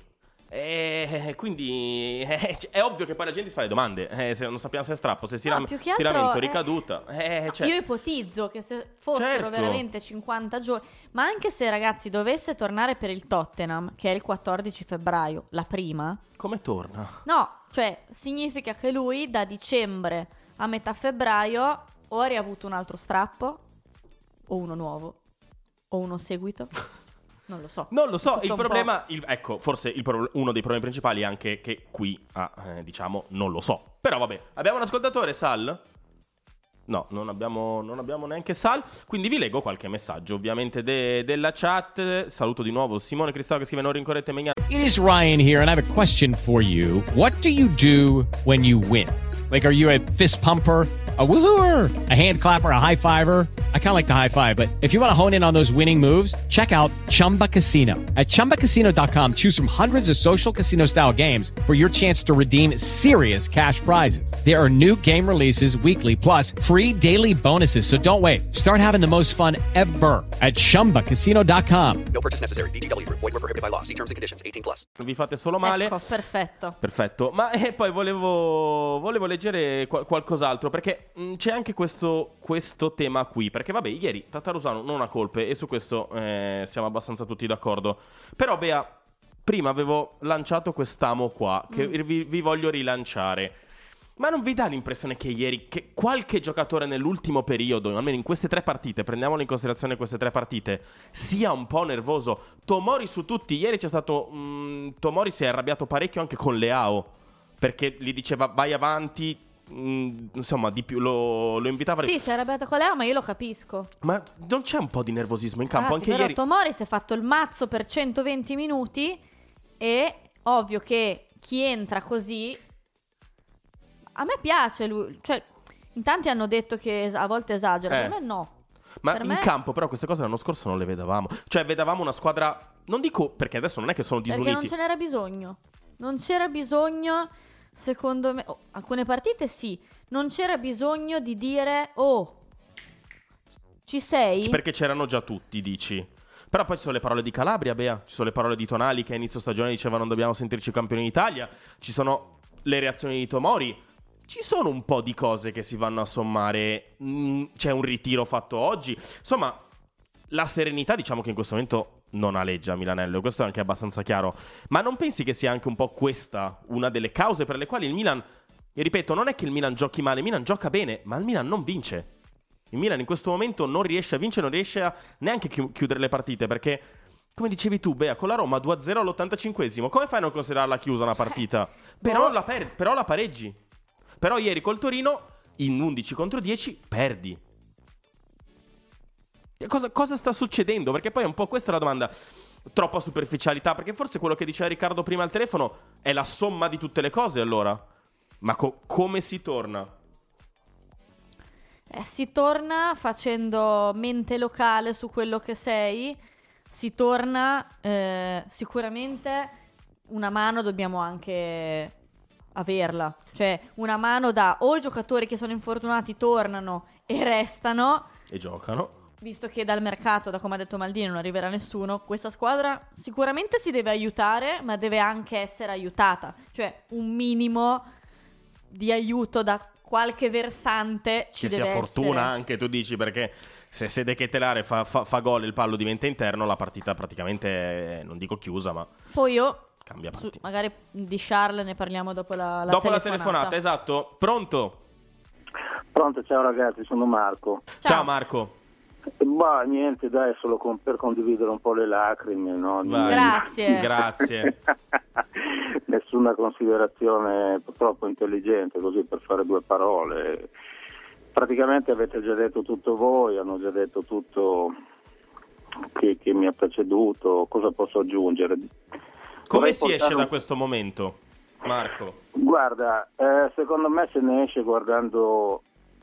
E quindi eh, è ovvio che poi la gente si fa le domande, eh, se non sappiamo se è strappo, se stiram- No, più che altro, stiramento, eh, ricaduta. Eh, cioè- Io ipotizzo che se fossero Certo. veramente cinquanta giorni, ma anche se, ragazzi, dovesse tornare per il Tottenham, che è il quattordici febbraio, la prima, Come torna? no, cioè significa che lui da dicembre a metà febbraio o ha riavuto un altro strappo, o uno nuovo, o uno seguito. Non lo so. Non lo so, Tutto il un po'. problema, il- ecco, forse il pro- uno dei problemi principali è anche che qui, ah, eh, diciamo, non lo so. Però vabbè, abbiamo un ascoltatore, Sal? No, non abbiamo, non abbiamo neanche Sal, quindi vi leggo qualche messaggio, ovviamente de- della chat. Saluto di nuovo Simone Cristau che scrive non rincorrete Megna. It is Ryan here, and I have a question for you. What do you do when you win? Like, are you a fist pumper, a woohooer, a hand clapper, a high fiver? I kind of like the high five, but if you want to hone in on those winning moves, check out Chumba Casino. At chumba casino dot com, choose from hundreds of social casino style games for your chance to redeem serious cash prizes. There are new game releases weekly, plus free daily bonuses. So don't wait. Start having the most fun ever at chumba casino dot com. No purchase necessary. V G W Group. Void were prohibited by law. See terms and conditions. eighteen plus. Vi fate solo male. Ecco, perfetto. Perfetto, ma eh, poi volevo, volevo leggere qual- qualcos'altro perché mh, c'è anche questo, questo tema qui. Perché vabbè, ieri Tatarusano non ha colpe e su questo eh, siamo abbastanza tutti d'accordo. Però Bea, prima avevo lanciato quest'amo qua che Mm. vi, vi voglio rilanciare. Ma non vi dà l'impressione che ieri, che qualche giocatore nell'ultimo periodo, almeno in queste tre partite, prendiamolo in considerazione queste tre partite, sia un po' nervoso? Tomori su tutti, ieri c'è stato... mh, Tomori si è arrabbiato parecchio anche con Leao, perché gli diceva vai avanti, mh, insomma, di più, lo, lo invitava... Sì, si è arrabbiato con Leo, ma io lo capisco. Ma non c'è un po' di nervosismo in campo? Ragazzi, Anche però ieri... Tomori si è fatto il mazzo per centoventi minuti e ovvio che chi entra così... A me piace lui, cioè in tanti hanno detto che a volte esagera, Eh. per me no. Ma Per in me- campo però queste cose l'anno scorso non le vedevamo. Cioè vedevamo una squadra... Non dico perché adesso non è che sono Perché disuniti. non ce n'era bisogno. Non c'era bisogno, secondo me... oh, alcune partite sì. Non c'era bisogno di dire, oh, ci sei? Perché c'erano già tutti, dici. Però poi ci sono le parole di Calabria, Bea. Ci sono le parole di Tonali che a inizio stagione diceva non dobbiamo sentirci campioni d'Italia. Ci sono le reazioni di Tomori. Ci sono un po' di cose che si vanno a sommare. Mm, c'è un ritiro fatto oggi. Insomma, la serenità diciamo che in questo momento non aleggia a Milanello. Questo è anche abbastanza chiaro. Ma non pensi che sia anche un po' questa una delle cause per le quali il Milan... E ripeto, non è che il Milan giochi male, il Milan gioca bene, ma il Milan non vince. Il Milan in questo momento non riesce a vincere, non riesce a neanche chi- chiudere le partite, perché, come dicevi tu, Bea, con la Roma due a zero all'ottantacinquesimo, come fai a non considerarla chiusa una partita? Però, la per- però la pareggi. Però ieri col Torino, in undici contro dieci, perdi. E Cosa, cosa sta succedendo? Perché poi è un po' questa la domanda. Troppa superficialità, perché forse quello che diceva Riccardo prima al telefono è la somma di tutte le cose, allora. Ma co- come si torna? Eh, si torna facendo mente locale su quello che sei, si torna eh, sicuramente una mano dobbiamo anche averla, cioè una mano da o i giocatori che sono infortunati tornano e restano E giocano. visto che dal mercato, da come ha detto Maldini, non arriverà nessuno, questa squadra sicuramente si deve aiutare, ma deve anche essere aiutata, cioè un minimo di aiuto da qualche versante ci Che deve sia essere. fortuna anche, tu dici, perché se, se De Ketelare fa, fa, fa gol e il pallo diventa interno, la partita praticamente, eh, non dico chiusa, ma Poi io, cambia su- avanti. magari di Charles ne parliamo dopo la, la Dopo la telefonata. telefonata, esatto. Pronto? Pronto, ciao ragazzi, sono Marco. Ciao, Marco. Bah, niente, dai, solo con- per condividere un po' le lacrime, no? Vai. Grazie. Grazie. Nessuna considerazione troppo intelligente, così per fare due parole. Praticamente avete già detto tutto voi, hanno già detto tutto che, che mi ha preceduto, cosa posso aggiungere? Come Vorrei si esce portare da un- questo momento, Marco? Guarda, eh, secondo me se ne esce guardando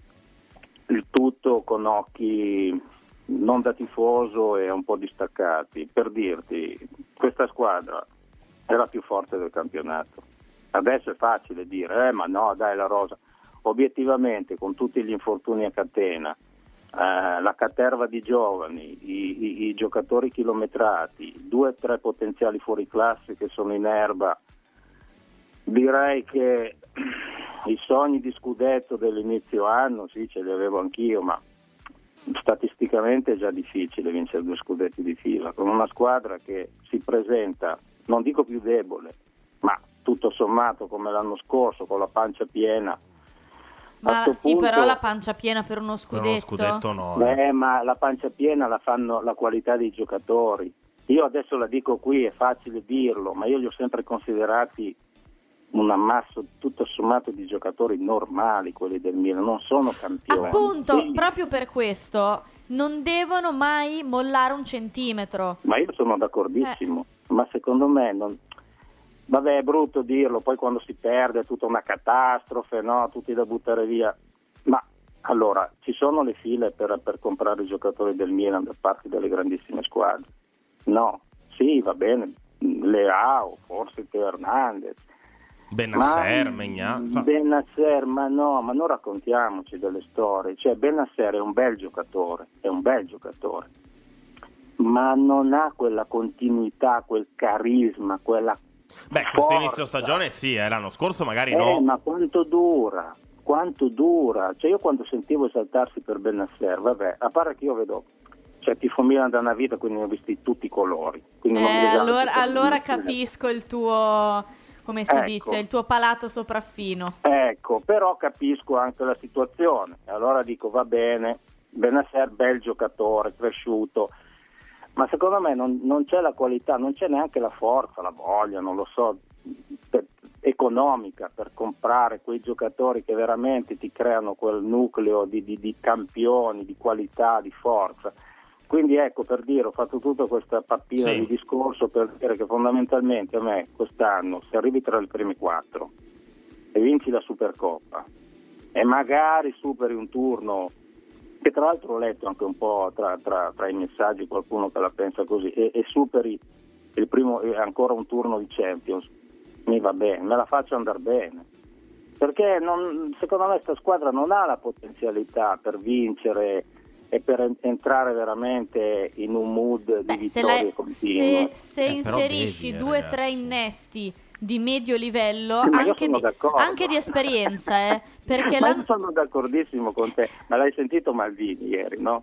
il tutto con occhi non da tifoso e un po' distaccati. Per dirti, questa squadra è la più forte del campionato. Adesso è facile dire, eh, ma no, dai, la rosa. Obiettivamente, con tutti gli infortuni a catena, eh, la caterva di giovani, i, i- i giocatori chilometrati, due o tre potenziali fuoriclasse che sono in erba, direi che i sogni di scudetto dell'inizio anno, sì, ce li avevo anch'io, ma statisticamente è già difficile vincere due scudetti di fila, con una squadra che si presenta, non dico più debole, ma tutto sommato come l'anno scorso, con la pancia piena. Ma A sto sì, punto- però la pancia piena per uno scudetto. no. Eh, ma la pancia piena la fanno la qualità dei giocatori. Io adesso la dico qui, è facile dirlo, ma io li ho sempre considerati un ammasso tutto sommato di giocatori normali, quelli del Milan, non sono campioni. Appunto, Sì, proprio per questo non devono mai mollare un centimetro. ma io sono d'accordissimo, ma secondo me non... Vabbè, è brutto dirlo, poi quando si perde è tutta una catastrofe, no? Tutti da buttare via. Ma allora, ci sono le file per, per comprare i giocatori del Milan da parte delle grandissime squadre? No, sì, va bene, Leao, forse Teo Hernandez. Benasser, Ma- Megna. Benasser, ma no, ma non raccontiamoci delle storie. Cioè, Benasser è un bel giocatore, è un bel giocatore, ma non ha quella continuità, quel carisma, quella Beh, questo forza. inizio stagione sì, eh, l'anno scorso magari Eh, no. ma quanto dura? Quanto dura? Cioè, io quando sentivo esaltarsi per Benasser, vabbè, a parte che io vedo, cioè, tifo Milan da una vita, quindi ne ho visti tutti i colori. Quindi Eh, non mi esalto allora, per allora Benasser. capisco il tuo, come si Ecco. dice, il tuo palato sopraffino. Ecco, però capisco anche la situazione. Allora dico, va bene, Benasser, bel giocatore, cresciuto, ma secondo me non, non c'è la qualità, non c'è neanche la forza, la voglia, non lo so, per- economica per comprare quei giocatori che veramente ti creano quel nucleo di, di- di campioni, di qualità, di forza. Quindi ecco, per dire, ho fatto tutta questa pappina Sì. di discorso per dire che fondamentalmente a me quest'anno, se arrivi tra le prime quattro e vinci la Supercoppa e magari superi un turno, che tra l'altro ho letto anche un po' tra, tra- tra i messaggi qualcuno che la pensa così, e, e superi il primo e ancora un turno di Champions, mi va bene, me la faccio andare bene, perché non- secondo me questa squadra non ha la potenzialità per vincere e per en- entrare veramente in un mood di Se, vittorie la- continue. se, se Eh, però inserisci vedi, eh, due o ragazzi. tre innesti di medio livello, Sì, ma io anche sono di, d'accordo. anche di esperienza, eh, perché Ma la... io sono d'accordissimo con te, ma l'hai sentito Maldini ieri, no?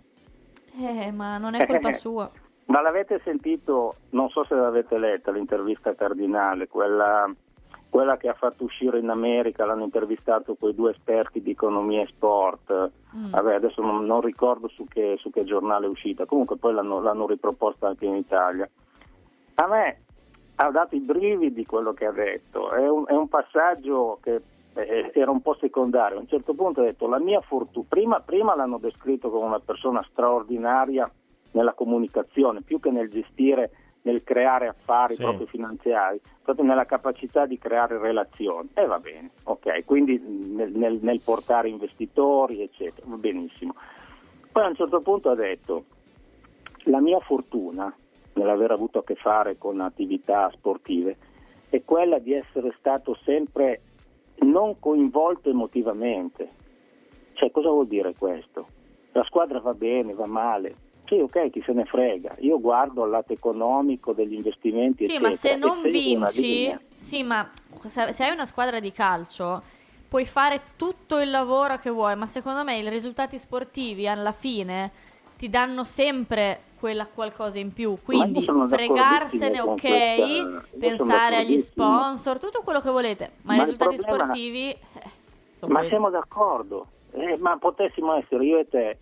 Eh, ma non è colpa sua. Ma l'avete sentito, non so se l'avete letta, l'intervista a Cardinale, quella, quella che ha fatto uscire in America, l'hanno intervistato quei due esperti di economia e sport, Mm. vabbè adesso non, non ricordo su che, su che giornale è uscita, comunque poi l'hanno, l'hanno riproposta anche in Italia. A me ha dato i brividi quello che ha detto, è un, è un passaggio che eh, era un po' secondario. A un certo punto ha detto la mia fortuna, prima, prima l'hanno descritto come una persona straordinaria nella comunicazione, più che nel gestire nel creare affari Sì. proprio finanziari, proprio nella capacità di creare relazioni. E va bene, ok, quindi nel, nel- nel portare investitori, eccetera, va benissimo. Poi a un certo punto ha detto: la mia fortuna nell'aver avuto a che fare con attività sportive è quella di essere stato sempre non coinvolto emotivamente. Cioè, cosa vuol dire questo? La squadra va bene, va male. Sì, ok, chi se ne frega. Io guardo il lato economico degli investimenti, Sì, eccetera. ma se e non seguo una vinci, linea. sì, ma se, se hai una squadra di calcio puoi fare tutto il lavoro che vuoi, ma secondo me i risultati sportivi alla fine ti danno sempre quella qualcosa in più, quindi sono fregarsene, d'accordissimo con ok, questa- io sono pensare agli d'accordissimo. sponsor, tutto quello che volete, ma, Ma i il risultati problema- sportivi eh, sono Ma quelli. siamo d'accordo, eh, ma potessimo essere io e te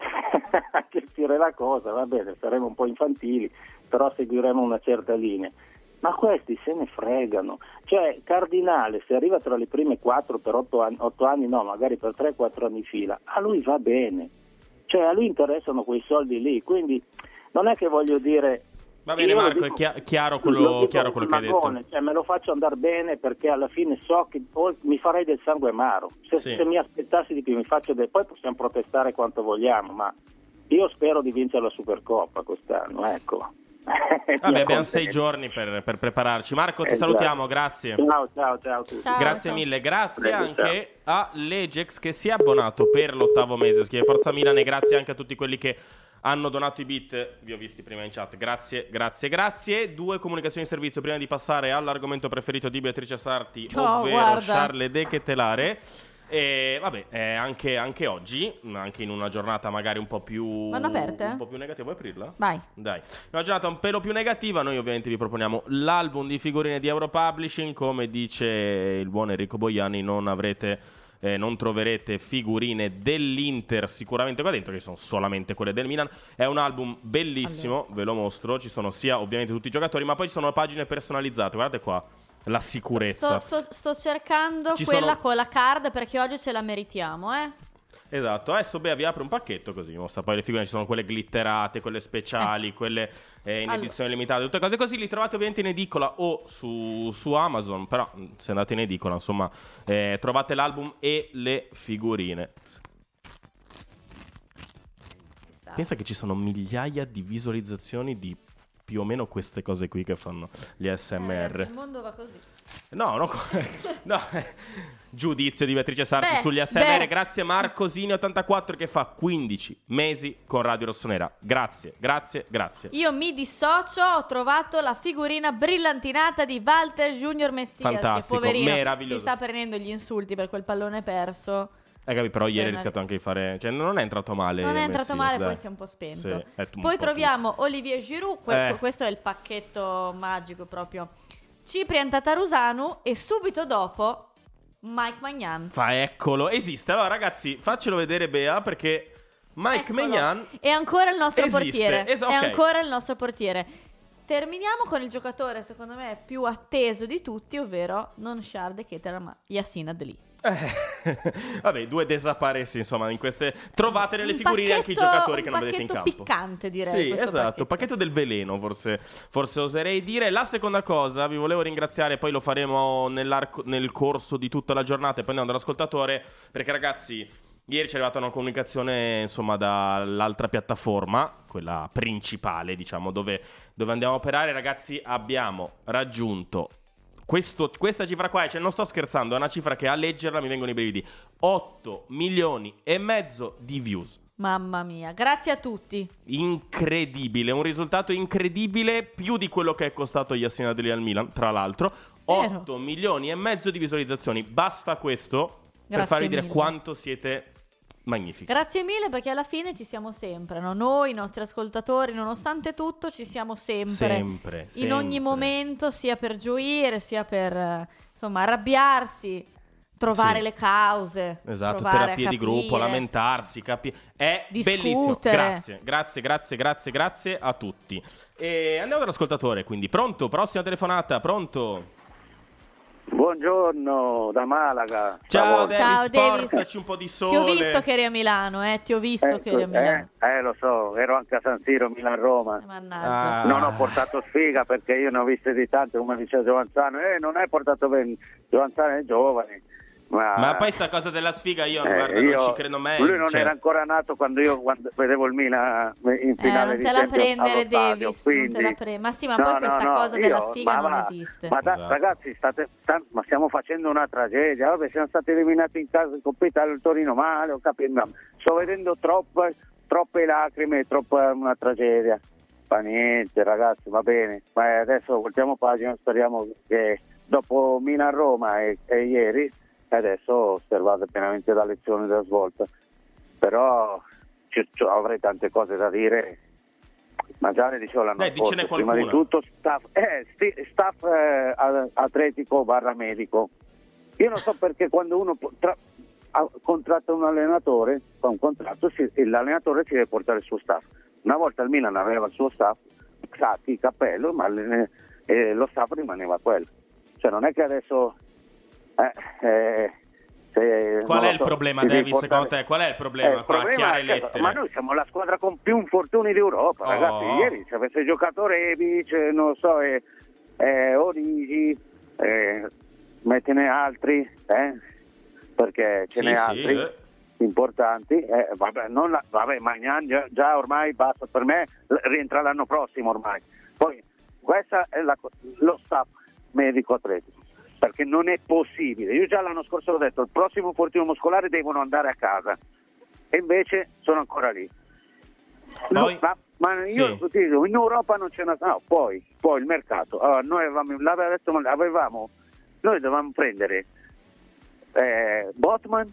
a gestire la cosa, va bene, saremo un po' infantili, però seguiremo una certa linea. Ma questi se ne fregano. Cioè, Cardinale, se arriva tra le prime quattro per otto anni, otto anni no, magari per tre quattro anni fila, a lui va bene. Cioè, a lui interessano quei soldi lì, quindi non è che voglio dire... Va bene, io lo Marco, dico- è chia- chiaro lo quello, dico chiaro quello che hai magone, detto. cioè, me lo faccio andare bene perché alla fine so che o- mi farei del sangue amaro. Se, Sì. se mi aspettassi di più mi faccio del... Poi possiamo protestare quanto vogliamo, ma io spero di vincere la Supercoppa quest'anno, ecco. Vabbè, abbiamo sei giorni per, per prepararci. Marco, ti Esatto. salutiamo, grazie. Ciao, ciao, ciao a tutti. Ciao, Grazie ciao. mille, grazie Prego, anche a Legex che si è abbonato per l'ottavo mese. Scrive Forza Milan, e grazie anche a tutti quelli che hanno donato i bit. Vi ho visti prima in chat. Grazie, grazie, grazie. Due comunicazioni di servizio prima di passare all'argomento preferito di Beatrice Sarti, Oh, ovvero guarda. Charles de Ketelare. E vabbè, eh, anche, anche oggi, anche in una giornata magari un po' più Vanno aperte? un po' più negativa. Vuoi aprirla? Vai. Dai, una giornata un pelo più negativa. Noi ovviamente vi proponiamo l'album di figurine di Europublishing. Come dice il buon Enrico Boiani, non avrete eh, non troverete figurine dell'Inter sicuramente qua dentro, che sono solamente quelle del Milan. È un album bellissimo, ve lo mostro. Ci sono sia ovviamente tutti i giocatori, ma poi ci sono pagine personalizzate. Guardate qua la sicurezza. Sto, sto- sto cercando Ci quella sono- con la card perché oggi ce la meritiamo, eh. Esatto, adesso Bea vi apre un pacchetto così vi mostra poi le figurine. Ci sono quelle glitterate, quelle speciali, quelle eh, in Allora. edizione limitata, tutte cose così. Li trovate ovviamente in edicola o su, su Amazon, però mh, se andate in edicola insomma eh, trovate l'album e le figurine. Pensa che ci sono migliaia di visualizzazioni di più o meno queste cose qui che fanno gli A S M Eh, R. ragazzi, il mondo va così. No, no, no. Giudizio di Beatrice Sarti Beh, sugli A S M R. beh. Grazie Marcosini ottantaquattro che fa quindici mesi con Radio Rossonera. Grazie, grazie, grazie. Io mi dissocio, ho trovato la figurina brillantinata di Walter Junior Messias. Fantastico, che poverino meraviglioso. si sta prendendo gli insulti per quel pallone perso. Eh, capi, però ieri ha Bene. rischiato anche di fare. Cioè, non è entrato male. Non è entrato Messias, male, dai. poi si è un po' spento. Sì, è un Poi po' troviamo Olivier Giroud, que- Eh. questo è il pacchetto magico proprio. Ciprian Tatarusanu e subito dopo Mike Magnan. Fa, eccolo, esiste. Allora, ragazzi, faccelo vedere, Bea, perché Mike Eccolo. Magnan. È ancora il nostro Esiste, portiere. es- È ok. ancora il nostro portiere. Terminiamo con il giocatore, secondo me, più atteso di tutti, ovvero non Charles de Ketelare, ma Yacine Adli. Vabbè, due desaparesi, insomma, in queste. Trovate nelle Un figurine anche i pacchetto- giocatori che un non vedete in pacchetto campo. piccante, direi, Sì, questo esatto, pacchetto. pacchetto del veleno, forse, forse oserei dire. La seconda cosa, vi volevo ringraziare, poi lo faremo nell'arco- nel corso di tutta la giornata e poi andando all'ascoltatore, perché ragazzi, ieri ci è arrivata una comunicazione, insomma, dall'altra piattaforma, quella principale, diciamo, dove, dove andiamo a operare. Ragazzi, abbiamo raggiunto questo- questa cifra qua, cioè non sto scherzando, è una cifra che a leggerla mi vengono i brividi. otto milioni e mezzo di views. Mamma mia, grazie a tutti. Incredibile, un risultato incredibile, più di quello che è costato Yacine Adli al Milan, tra l'altro. otto milioni e mezzo di visualizzazioni, basta questo per Grazie farvi dire mille. quanto siete magnifici. Grazie mille perché alla fine ci siamo sempre, no? Noi, i nostri ascoltatori, nonostante tutto, ci siamo sempre. Sempre, In sempre. ogni momento, sia per gioire, sia per, eh, insomma, arrabbiarsi, trovare Sì. le cause. Esatto, provare a terapie di gruppo, capire. lamentarsi, capi- è Discutere. bellissimo. Grazie, grazie, grazie, grazie, grazie a tutti. E andiamo dall'ascoltatore, quindi pronto? Prossima telefonata, pronto? Buongiorno da Malaga. Ciao Davis. Ciao, Davis. portaci un po' di sole. Ti ho visto che eri a Milano, eh? Ti ho visto Ecco, che eri a Milano. eh, eh, lo so, ero anche a San Siro, Milan-Roma. Mannaggia. Ah. Non ho portato sfiga perché io ne ho viste di tante, come diceva Giovanzano. Eh, non hai portato bene. Giovanzano è giovane. Ma, Ma poi sta cosa della sfiga io, eh, guarda, io- non ci credo mai. Lui non cioè. era ancora nato quando io quando vedevo il Milan in Eh, finale non di te la Champions prendere, allo stadio, Davis. quindi- Non te la pre- ma sì, ma No, poi no, questa no, cosa della io- sfiga ma non va- esiste. Ma da- Esatto. ragazzi, state, sta- ma stiamo facendo una tragedia. Vabbè, siamo stati eliminati in casa in Coppa Italia, il Torino male, ho capito. ma Sto vedendo troppe, troppe lacrime, troppa una tragedia. Fa niente, ragazzi, va bene. Ma adesso voltiamo pagina, speriamo che dopo Milan-Roma e, e ieri, adesso osservate pienamente la lezione della svolta. Però ci- ci- avrei tante cose da dire. Ma già ne dicevo l'anno Dai, scorso, dicene prima di qualcuna. tutto staff, eh, sti- staff eh, a- atletico barra medico. Io non so perché quando uno po- tra- ha- contratta un allenatore, fa un contratto, si- l'allenatore ci deve portare il suo staff. Una volta il Milan aveva il suo staff, Sacchi, Cappello, ma le- eh, lo staff rimaneva quello. Cioè non è che adesso... eh, eh, se- Qual non è lo il so, problema, si deve Davis, portare- secondo te? Qual è il eh, problema? il Qua, a problema chiare è che- lettere. ma noi siamo la squadra con più infortuni d'Europa, Oh. ragazzi. Ieri se avesse giocato Rebic, eh, non so, eh, eh, Origi, eh, mettene altri, eh, perché ce Sì, n'è sì, altri eh. importanti. Eh, vabbè, non la- vabbè, Magnan già, già ormai basta, per me l- rientra l'anno prossimo ormai. Poi questa è la co- lo staff medico atletico. Perché non è possibile. Io già l'anno scorso ho detto, il prossimo infortunio muscolare devono andare a casa e invece sono ancora lì. No, Poi- ma, ma io Sì. ti dico, in Europa non c'è una... No, poi, poi il mercato. Allora, noi avevamo, l'aveva detto, ma avevamo, noi dovevamo prendere eh, Botman,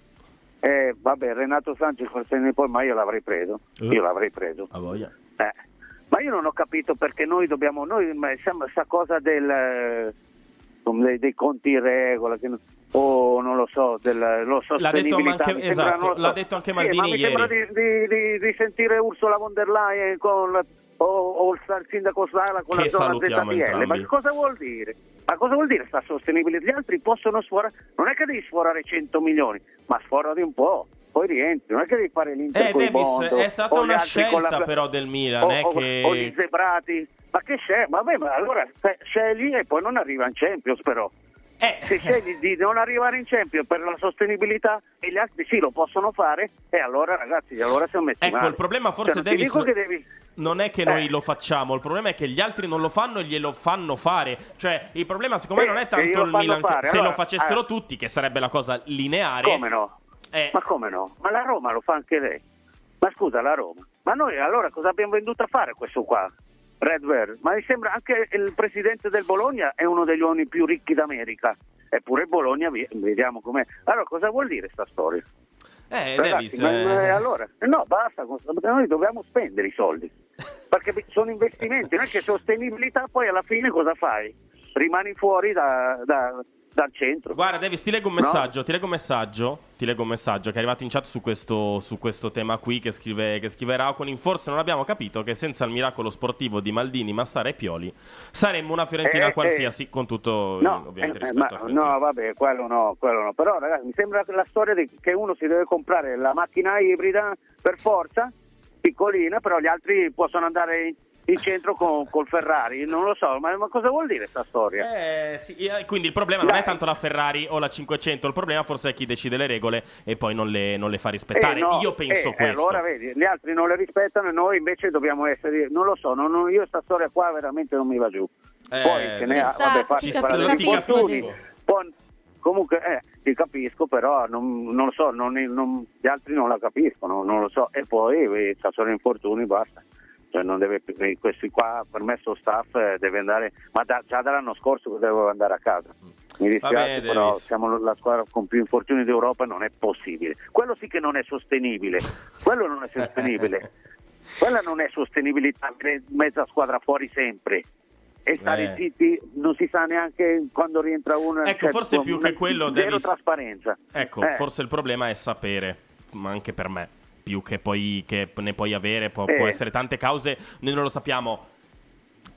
eh, vabbè, Renato Sanchez, poi, ma io l'avrei preso. Eh. Io l'avrei preso. A voglia. Eh, ma io non ho capito perché noi dobbiamo, noi ma siamo sta cosa del eh, dei, dei conti in regola, che, non- o non lo so, del, lo L'ha detto sostenibilità. anche- Mi sembra, esatto, non lo so. l'ha detto anche Sì, Maldini ma mi sembra ieri. di, di, di, di sentire Ursula von der Leyen con la- o, o il sa- sindaco Sala con Che la zona salutiamo Z T L. Ma entrambi. che cosa vuol dire? Ma cosa vuol dire sta sostenibilità? Gli altri possono sforare, non è che devi sforare cento milioni, ma sforati un po'. Poi rientri, non è che devi fare l'Inter Eh, coi Davis, bond, è stata o gli una altri con scelta la- però del Milan, o, è o- che... o gli zebrati. Ma che scegli? Vabbè, ma allora se- scegli e poi non arriva in Champions però. Eh. Se scegli di non arrivare in Champions per la sostenibilità e gli altri sì lo possono fare, e allora ragazzi, allora siamo messi Ecco, male. il problema forse, Cioè, non Davis, ti dico che devi... non è che noi Eh. lo facciamo, il problema è che gli altri non lo fanno e glielo fanno fare. Cioè, il problema secondo me Eh, non è e tanto glielo il fanno Milan, che- fare, se allora, lo facessero eh. tutti, che sarebbe la cosa lineare. Come no? Eh. Ma come no? Ma la Roma lo fa anche lei. Ma scusa, la Roma. Ma noi allora cosa abbiamo venduto a fare questo qua? Red Bear. Ma mi sembra anche il presidente del Bologna è uno degli uomini più ricchi d'America. Eppure Bologna, vi- vediamo com'è. Allora cosa vuol dire sta storia? Eh, Ragazzi, Davis, ma- eh. ma allora, no, basta, noi dobbiamo spendere i soldi, perché sono investimenti, non è che sostenibilità, poi alla fine cosa fai? Rimani fuori da, da- dal centro. Guarda, Davis, ti leggo un No? messaggio, ti leggo un messaggio, ti leggo un messaggio che è arrivato in chat su questo, su questo tema qui che scrive, che scrive Rauconin. Forse non abbiamo capito che senza il miracolo sportivo di Maldini, Massara e Pioli saremmo una Fiorentina Eh, qualsiasi, con tutto No, ovviamente eh, rispetto ma- a Fiorentina. no, vabbè, quello no, quello no. Però ragazzi, mi sembra che la storia di, che uno si deve comprare la macchina ibrida per forza, piccolina, però gli altri possono andare in, in centro con, col Ferrari, non lo so, ma, ma cosa vuol dire sta storia? Eh, sì, eh, quindi il problema non è tanto la Ferrari o la cinquecento, il problema forse è chi decide le regole e poi non le, non le fa rispettare. Eh, no, Io penso eh, questo. Allora vedi, gli altri non le rispettano e noi invece dobbiamo essere, non lo so, non, non- io sta storia qua veramente non mi va giù. Eh, Poi ce ne ci ha, sta, vabbè, ci fatti sta, fare lo degli capisco, infortuni. sì. Poi, comunque, eh, ti capisco, però non, non lo so, non- non- gli altri non la capiscono, non lo so. E poi eh, ci sono infortuni, basta. Cioè, non deve, eh, questi qua, per me, sto staff eh, deve andare, ma da- già dall'anno scorso doveva andare a casa. Mi dispiace, bene, però Davis. siamo la squadra con più infortuni d'Europa, non è possibile. Quello sì che non è sostenibile. Quello non è sostenibile. Quella non è sostenibilità, avere mezza squadra fuori sempre. E stare Eh. zitti, non si sa neanche quando rientra uno. Ecco, cioè, forse più che una- quello, zero Davis- trasparenza. Ecco, Eh. forse il problema è sapere, ma anche per me, più che poi che ne puoi avere, può, Eh. può essere tante cause, noi non lo sappiamo.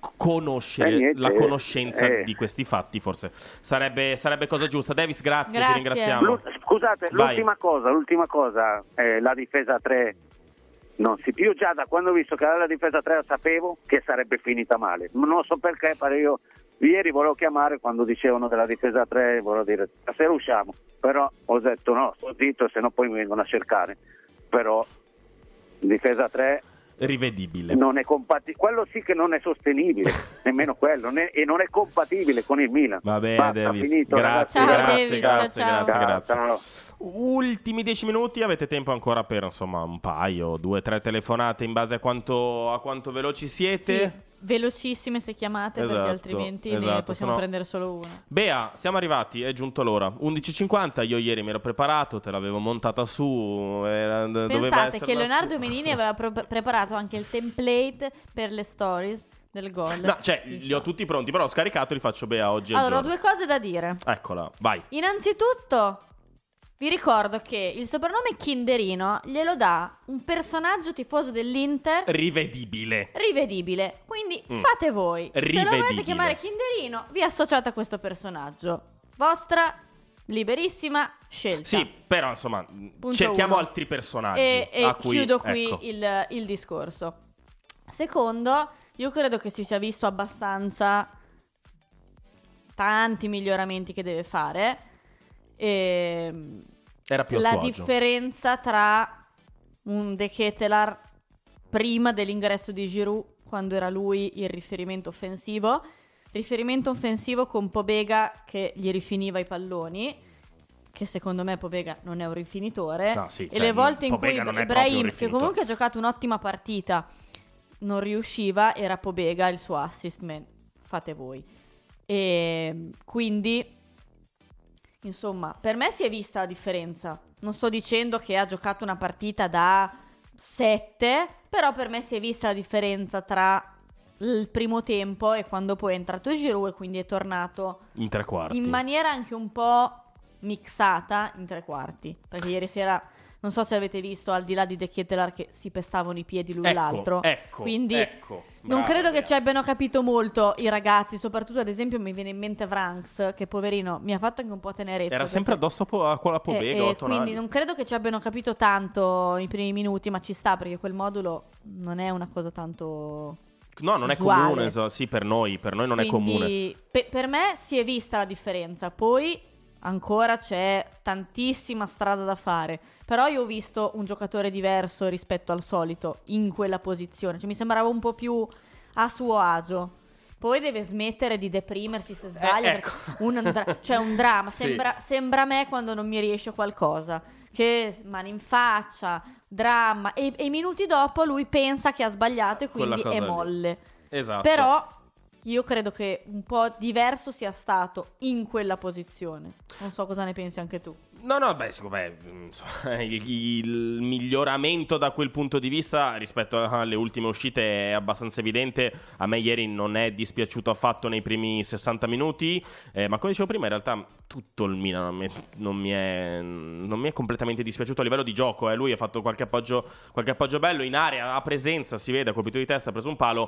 conoscere Eh, niente, la conoscenza eh. di questi fatti, forse sarebbe, sarebbe cosa giusta. Davis, grazie, Grazie. ti ringraziamo. L'u- Scusate, Vai. l'ultima cosa, l'ultima cosa, eh, la difesa tre. Non si più già da quando ho visto che era la difesa tre sapevo che sarebbe finita male. Non so perché, pare io ieri volevo chiamare quando dicevano della difesa tre, volevo dire stasera usciamo, però ho detto no, sto zitto, se no poi mi vengono a cercare. Però difesa tre rivedibile. Non è compatibile, quello sì che non è sostenibile, nemmeno quello, ne- e non è compatibile con il Milan. Va bene, Basta, Davis. finito, Grazie, ragazzi. grazie, Davis, grazie, ciao, grazie, ciao. grazie. Ciao. Ultimi dieci minuti, avete tempo ancora per insomma un paio, due, tre telefonate in base a quanto, a quanto veloci siete. Sì, velocissime se chiamate, Esatto, perché altrimenti ne esatto, possiamo sennò- prendere solo una. Bea, siamo arrivati, è giunto l'ora. undici e cinquanta, io ieri mi ero preparato, te l'avevo montata su. Era, doveva Pensate esserla che Leonardo su. Menini aveva pro- preparato anche il template per le stories del gol. No, cioè, li ho tutti pronti, però ho scaricato e li faccio Bea oggi. al Allora, ho giorno. due cose da dire. Eccola, vai. Innanzitutto, vi ricordo che il soprannome Kinderino glielo dà un personaggio tifoso dell'Inter Rivedibile. rivedibile. Quindi Mm. fate voi. Se lo Rivedibile. volete chiamare Kinderino, vi associate a questo personaggio. Vostra liberissima scelta. Sì, però insomma, cerchiamo uno. altri personaggi. E, e a cui, chiudo qui ecco. il, il discorso. Secondo, io credo che si sia visto abbastanza tanti miglioramenti che deve fare. E Era più a la suo agio. differenza tra un De Ketelaere prima dell'ingresso di Giroud, quando era lui il riferimento offensivo, riferimento offensivo con Pobega che gli rifiniva i palloni, che secondo me Pobega non è un rifinitore, No, sì, e cioè, le volte in cui Pobega non è proprio un Ibrahim, che rifinitore. comunque ha giocato un'ottima partita, non riusciva, era Pobega il suo assist man. Fate voi. E quindi, insomma, per me si è vista la differenza. Non sto dicendo che ha giocato una partita da sette, però per me si è vista la differenza tra il primo tempo e quando poi è entrato Giroud e quindi è tornato In tre quarti. in maniera anche un po' mixata in tre quarti. Perché ieri sera, non so se avete visto, al di là di De Ketelaere che si pestavano i piedi l'un Ecco, l'altro. ecco, Quindi ecco. non Brava, credo che Bea. ci abbiano capito molto i ragazzi. Soprattutto, ad esempio, mi viene in mente Vranks, che poverino mi ha fatto anche un po' tenerezza. Era perché- sempre addosso a po- a quella Pobega e, o e a Tonali. quindi non credo che ci abbiano capito tanto i primi minuti, ma ci sta perché quel modulo non è una cosa tanto. No, non è usuale. comune, so- sì, per noi, per noi non è comune. Quindi, pe- per me si è vista la differenza. Poi ancora c'è tantissima strada da fare. Però io ho visto un giocatore diverso rispetto al solito in quella posizione. Cioè mi sembrava un po' più a suo agio. Poi deve smettere di deprimersi se sbaglia. Eh, ecco. perché un dra- c'è un dramma. Sì. Sembra, sembra a me quando non mi riesce qualcosa. Che mani in faccia, dramma. E, e minuti dopo lui pensa che ha sbagliato e Quella quindi è cosa lì. molle. Esatto. Però io credo che un po' diverso sia stato in quella posizione. Non so cosa ne pensi anche tu. No, no, beh, secondo me insomma, il, il miglioramento da quel punto di vista rispetto alle ultime uscite è abbastanza evidente. A me ieri non è dispiaciuto affatto nei primi sessanta minuti, eh, ma come dicevo prima, in realtà tutto il Milan non mi, non mi, è, non mi è completamente dispiaciuto a livello di gioco. Eh. Lui ha fatto qualche appoggio, qualche appoggio bello in area, a presenza, si vede, ha colpito di testa, ha preso un palo.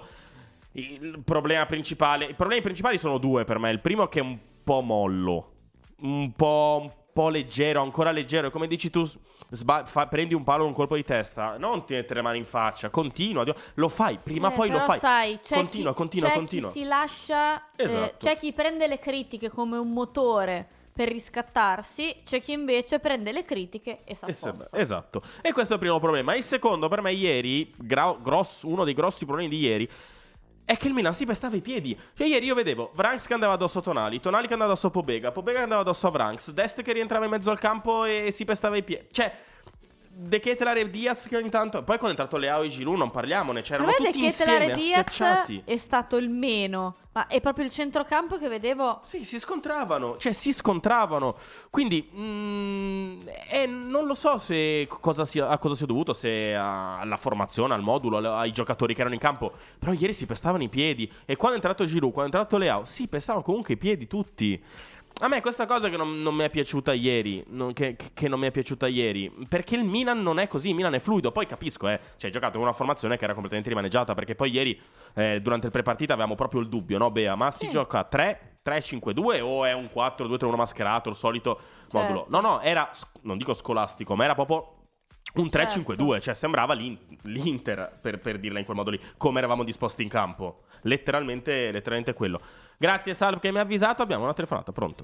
Il problema principale, i problemi principali sono due per me. Il primo è che è un po' mollo, un po', un po' leggero, ancora leggero. Come dici tu, sba- fa- prendi un palo, un colpo di testa, non ti mettere le mani in faccia, continua, lo fai, prima o Eh, poi lo però fai. sai, c'è continua, chi, continua, c'è continua. chi si lascia, eh, Esatto. c'è chi prende le critiche come un motore per riscattarsi, c'è chi invece prende le critiche e E se- s'affossa. esatto. E questo è il primo problema. Il secondo, per me, ieri, gra- grosso- uno dei grossi problemi di ieri è che il Milan si pestava i piedi. Cioè ieri io vedevo Vranks che andava addosso a Tonali, Tonali che andava addosso a Pobega, Pobega che andava addosso a Vranks, Dest che rientrava in mezzo al campo e si pestava i piedi. Cioè De Ketelaere e Diaz che ogni tanto. Poi quando è entrato Leao e Giroud non parliamone, c'erano Per me tutti De Ketelaere insieme e Diaz schiacciati. è stato il meno, ma è proprio il centrocampo che vedevo. Sì, si scontravano, cioè si scontravano. Quindi mm, eh, non lo so se cosa sia, a cosa sia dovuto, se alla formazione, al modulo, ai giocatori che erano in campo. Però ieri si pestavano i piedi. E quando è entrato Giroud, quando è entrato Leao, si pestavano comunque i piedi tutti. A me questa cosa che non, non mi è piaciuta ieri, non, che, che non mi è piaciuta ieri, perché il Milan non è così, il Milan è fluido. Poi capisco, eh, cioè hai giocato con una formazione che era completamente rimaneggiata, perché poi ieri eh, durante il prepartita avevamo proprio il dubbio, no Bea? Ma si sì. gioca tre tre cinque due o è un quattro due tre uno mascherato, il solito modulo? Certo. No, no, era, non dico scolastico, ma era proprio un tre cinque due, certo. Cioè sembrava l'in- l'Inter, per, per dirla in quel modo lì, come eravamo disposti in campo. Letteralmente, letteralmente quello. Grazie Salv che mi ha avvisato, abbiamo una telefonata, pronto?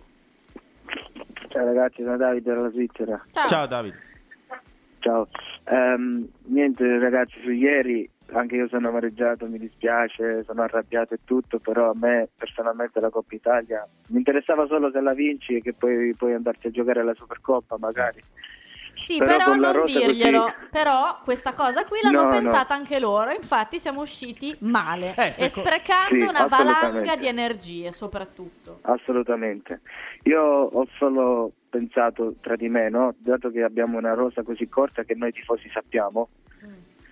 Ciao ragazzi, sono Davide dalla Svizzera. Ciao, Ciao Davide. Ciao. Um, niente ragazzi, su ieri anche io sono amareggiato, mi dispiace, sono arrabbiato e tutto, però a me personalmente la Coppa Italia mi interessava solo se la vinci e che poi puoi andarti a giocare alla Supercoppa magari. Sì, però, però non dirglielo. Così... Però questa cosa qui l'hanno no, pensata no. anche loro. Infatti siamo usciti male eh, e sprecando sì, una valanga di energie soprattutto. Assolutamente. Io ho solo pensato tra di me, no? Dato che abbiamo una rosa così corta che noi tifosi sappiamo, mm.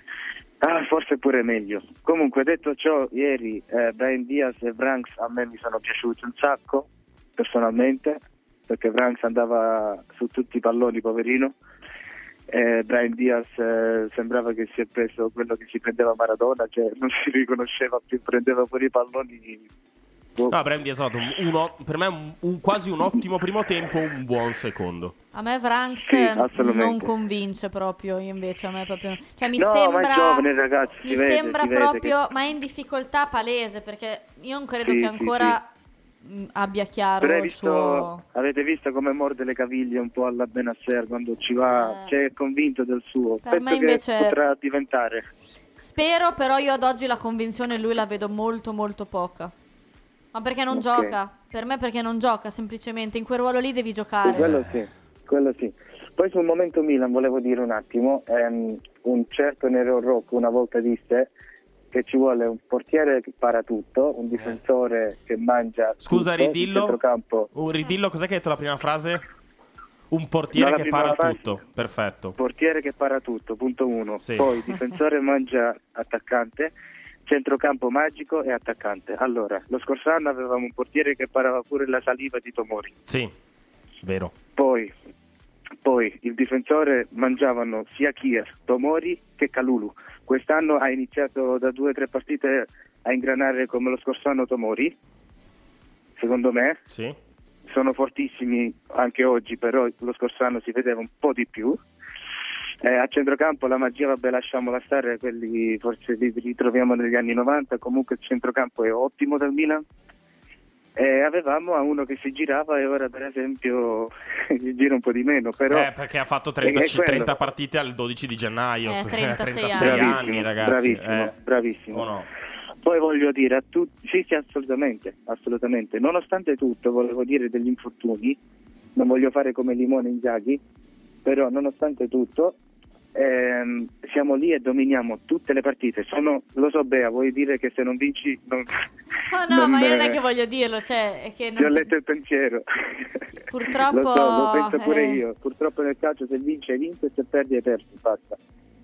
ah, forse pure meglio. Comunque detto ciò, ieri eh, Brahim Diaz e Branks a me mi sono piaciuti un sacco personalmente, perché Branks andava su tutti i palloni, poverino. Eh, Brahim Diaz eh, sembrava che si è preso quello che si prendeva Maradona, cioè non si riconosceva più, prendeva pure i palloni. No, Brahim Diaz un, uno, per me un, un, quasi un ottimo primo tempo, un buon secondo. A me Branks sì, non convince proprio, io invece a me proprio, cioè mi no, sembra ma è giovane, ragazzi, mi si vede, sembra si proprio, che... ma è in difficoltà palese, perché io non credo sì, che ancora sì, sì. abbia chiaro il visto, suo... Avete visto come morde le caviglie un po' alla Benasser quando ci va, eh. cioè è convinto del suo. Per Penso me invece che potrà diventare. Spero, però io ad oggi la convinzione lui la vedo molto molto poca. Ma perché non okay. gioca? Per me perché non gioca, semplicemente in quel ruolo lì devi giocare. Sì, quello sì, quello sì. Poi sul momento Milan volevo dire un attimo, ehm, un certo Nero Rocco una volta disse che ci vuole un portiere che para tutto, un difensore che mangia Scusa, tutto, ridillo, centrocampo. Un ridillo, cos'è che hai detto la prima frase? Un portiere no, che para frase, tutto, perfetto. Portiere che para tutto, punto uno. Sì. Poi difensore mangia attaccante, centrocampo magico e attaccante. Allora, lo scorso anno avevamo un portiere che parava pure la saliva di Tomori. Sì, vero. Poi, poi il difensore mangiavano sia Kier, Tomori che Kalulu. Quest'anno ha iniziato da due o tre partite a ingranare come lo scorso anno Tomori, secondo me. Sì. Sono fortissimi anche oggi, però lo scorso anno si vedeva un po' di più. Eh, a centrocampo la magia, vabbè, lasciamola stare, quelli forse li ritroviamo negli anni novanta, comunque il centrocampo è ottimo del Milan. Eh, avevamo a uno che si girava e ora per esempio si gira un po' di meno, però eh, perché ha fatto trenta, trenta partite al dodici di gennaio, eh, trentasei, trentasei anni, anni ragazzi. Bravissimo, eh. bravissimo. Oh no. Poi voglio dire a tutti, sì sì assolutamente, assolutamente, nonostante tutto volevo dire degli infortuni, non voglio fare come Limone Inzaghi, però nonostante tutto ehm, siamo lì e dominiamo tutte le partite. Sono, lo so Bea, vuoi dire che se non vinci non... Oh no, non, ma io non è che voglio dirlo, cioè è che non ti ho ti... letto il pensiero. Purtroppo lo so, lo penso pure eh... io. Purtroppo nel calcio se vinci hai vinto e se perdi hai perso, basta.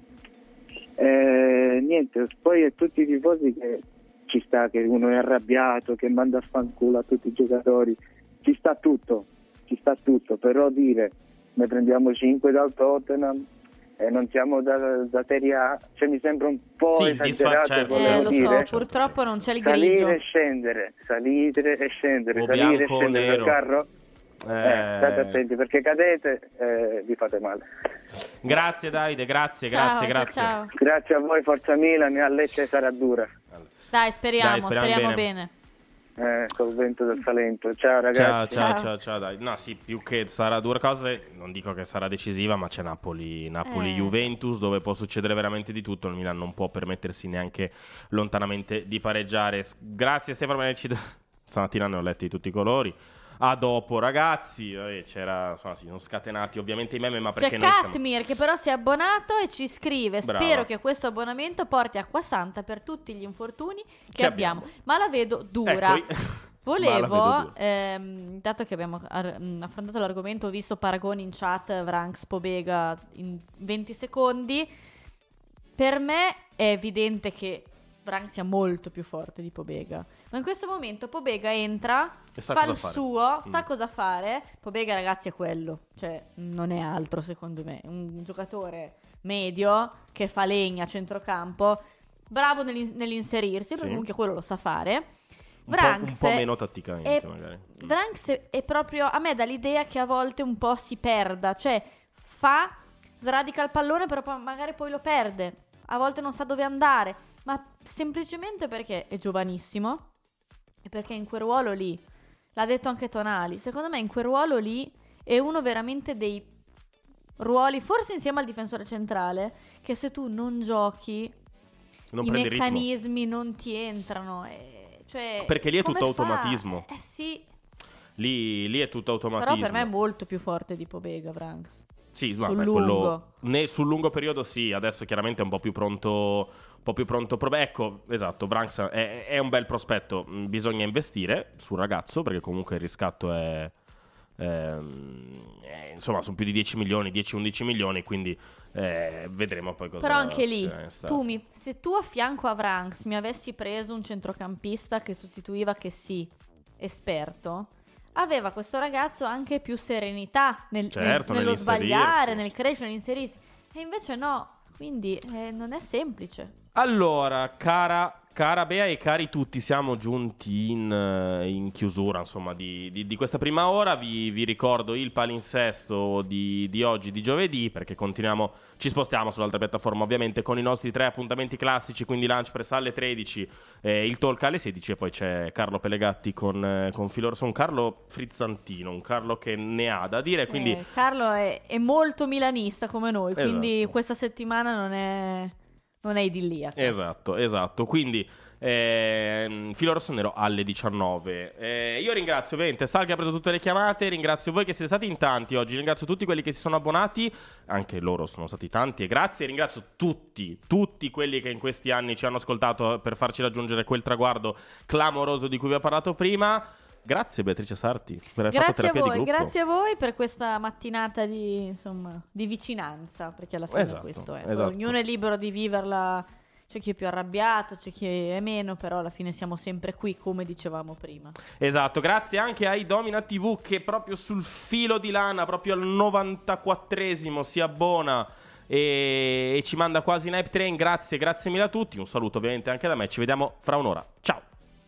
Eh, niente, poi a tutti i tifosi che ci sta che uno è arrabbiato, che manda a fanculo a tutti i giocatori, ci sta tutto, ci sta tutto, però dire ne prendiamo cinque dal Tottenham e non siamo da, da Serie A, cioè mi sembra un po' sì, esagerato, certo, eh, lo dire. so, purtroppo non c'è il grigio. Salire e scendere, salire e scendere, o salire e bianco o scendere nero. dal carro. Eh... Eh, state attenti perché cadete e eh, vi fate male. Grazie Davide, grazie, ciao, grazie, ciao, grazie. Ciao. Grazie a voi, forza Milan, e a Lecce sarà dura. Dai, speriamo, Dai, speriamo, speriamo bene. bene. Eh, col vento del Salento. Ciao ragazzi. Ciao, ciao, Ciao. ciao, ciao, dai. No, sì, più che sarà due cose, non dico che sarà decisiva, ma c'è Napoli, Napoli Eh. Juventus, dove può succedere veramente di tutto. Il Milan non può permettersi neanche lontanamente di pareggiare. Grazie Stefano Meneci. Stamattina ne ho letti di tutti i colori. A dopo ragazzi, eh, c'era, insomma, si sono scatenati ovviamente i meme, ma perché C'è noi siamo... Katmir che però si è abbonato e ci scrive: Brava. spero che questo abbonamento porti acqua santa per tutti gli infortuni che, Che abbiamo. abbiamo. Ma la vedo dura. Ecco, Ma la Volevo, vedo dura. ehm, dato che abbiamo ar- mh, affrontato l'argomento, ho visto paragoni in chat, Vranks, Pobega in venti secondi. Per me è evidente che Branks sia molto più forte di Pobega. Ma in questo momento Pobega entra, sa fa cosa il fare. suo, Mm. sa cosa fare. Pobega, ragazzi, è quello. Cioè, non è altro, secondo me. Un giocatore medio che fa legna a centrocampo, bravo nell'in- nell'inserirsi, perché Sì. comunque quello lo sa fare. Un po', Branks un po' meno tatticamente, è- magari. Branks è, è proprio, a me dà l'idea che a volte un po' si perda, cioè fa, sradica il pallone, però poi magari poi lo perde, a volte non sa dove andare, ma semplicemente perché è giovanissimo e perché in quel ruolo lì, l'ha detto anche Tonali, secondo me in quel ruolo lì è uno veramente dei ruoli, forse insieme al difensore centrale, che se tu non giochi Non i prendi ritmo. meccanismi non ti entrano, e, cioè, Perché lì è come tutto fa? automatismo. Eh sì, Lì, lì è tutto automatismo. però per me è molto più forte di Pobega, Branks. Sì, sul vabbè, lungo. quello ne- sul lungo periodo sì, adesso chiaramente è un po' più pronto, un po' più pronto. Pro- ecco, esatto, Branks è, è un bel prospetto, mm, bisogna investire sul ragazzo perché comunque il riscatto è, ehm, è- insomma, sono più di dieci milioni, dieci undici milioni, quindi eh, vedremo poi cosa Però anche lì, succederà in estate. tu mi, se tu a fianco a Branks mi avessi preso un centrocampista che sostituiva che sì, esperto, aveva questo ragazzo anche più serenità nel, Certo, nel- nello nell'inserirsi. sbagliare, nel crescere, nell'inserirsi. E invece no, quindi eh, non è semplice. Allora, cara, cara Bea e cari tutti, siamo giunti in, eh, in chiusura, insomma, di, di- di questa prima ora. Vi, vi ricordo il palinsesto di, di oggi, di giovedì, perché continuiamo, ci spostiamo sull'altra piattaforma, ovviamente, con i nostri tre appuntamenti classici, quindi Lunch Press alle tredici, eh, il talk alle sedici, e poi c'è Carlo Pelegatti con, eh, con Filorso, un Carlo frizzantino, un Carlo che ne ha da dire, quindi... Eh, Carlo è, è molto milanista come noi, quindi Esatto. questa settimana non è, non è idilliaca. Esatto, esatto. Quindi ehm, Filo Rossonero alle diciannove. Eh, io ringrazio ovviamente Sal che ha preso tutte le chiamate. Ringrazio voi che siete stati in tanti oggi. Ringrazio tutti quelli che si sono abbonati. Anche loro sono stati tanti. E grazie. Ringrazio tutti, tutti quelli che in questi anni ci hanno ascoltato per farci raggiungere quel traguardo clamoroso di cui vi ho parlato prima. Grazie Beatrice Sarti per aver fatto Grazie a terapia di voi, gruppo. grazie a voi per questa mattinata di, insomma, di vicinanza, perché alla fine Esatto, questo è. Poi esatto. ognuno è libero di viverla, c'è chi è più arrabbiato, c'è chi è meno, però alla fine siamo sempre qui, come dicevamo prima. Esatto, grazie anche ai Domina tivù che proprio sul filo di lana, proprio al novantaquattresimo si abbona e, e ci manda quasi in hype train. Grazie, grazie mille a tutti. Un saluto ovviamente anche da me. Ci vediamo fra un'ora. Ciao.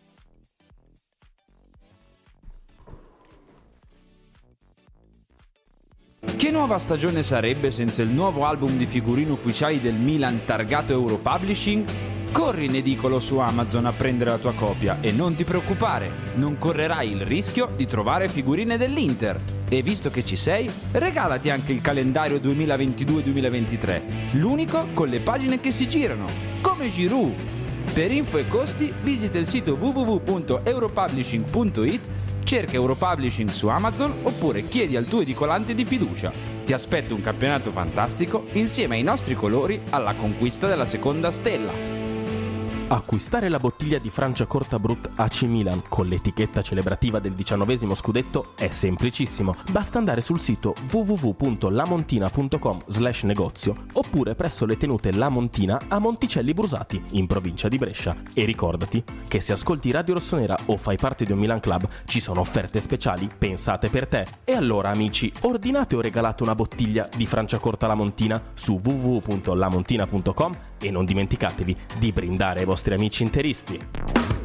Che nuova stagione sarebbe senza il nuovo album di figurine ufficiali del Milan targato Euro Publishing? Corri in edicolo su Amazon a prendere la tua copia e non ti preoccupare, non correrai il rischio di trovare figurine dell'Inter. E visto che ci sei, regalati anche il calendario duemilaventidue duemilaventitré, l'unico con le pagine che si girano, come Giroud. Per info e costi visita il sito w w w punto europublishing punto it, cerca Europublishing su Amazon oppure chiedi al tuo edicolante di fiducia. Ti aspetta un campionato fantastico insieme ai nostri colori alla conquista della seconda stella. Acquistare la bottiglia di Franciacorta Brut A C Milan con l'etichetta celebrativa del diciannovesimo scudetto è semplicissimo. Basta andare sul sito w w w punto lamontina punto com slash negozio oppure presso le tenute La Montina a Monticelli Brusati, in provincia di Brescia. E ricordati che se ascolti Radio Rossonera o fai parte di un Milan Club ci sono offerte speciali pensate per te. E allora amici, ordinate o regalate una bottiglia di Franciacorta La Montina su w w w punto lamontina punto com e non dimenticatevi di brindare ai vostri amici interisti.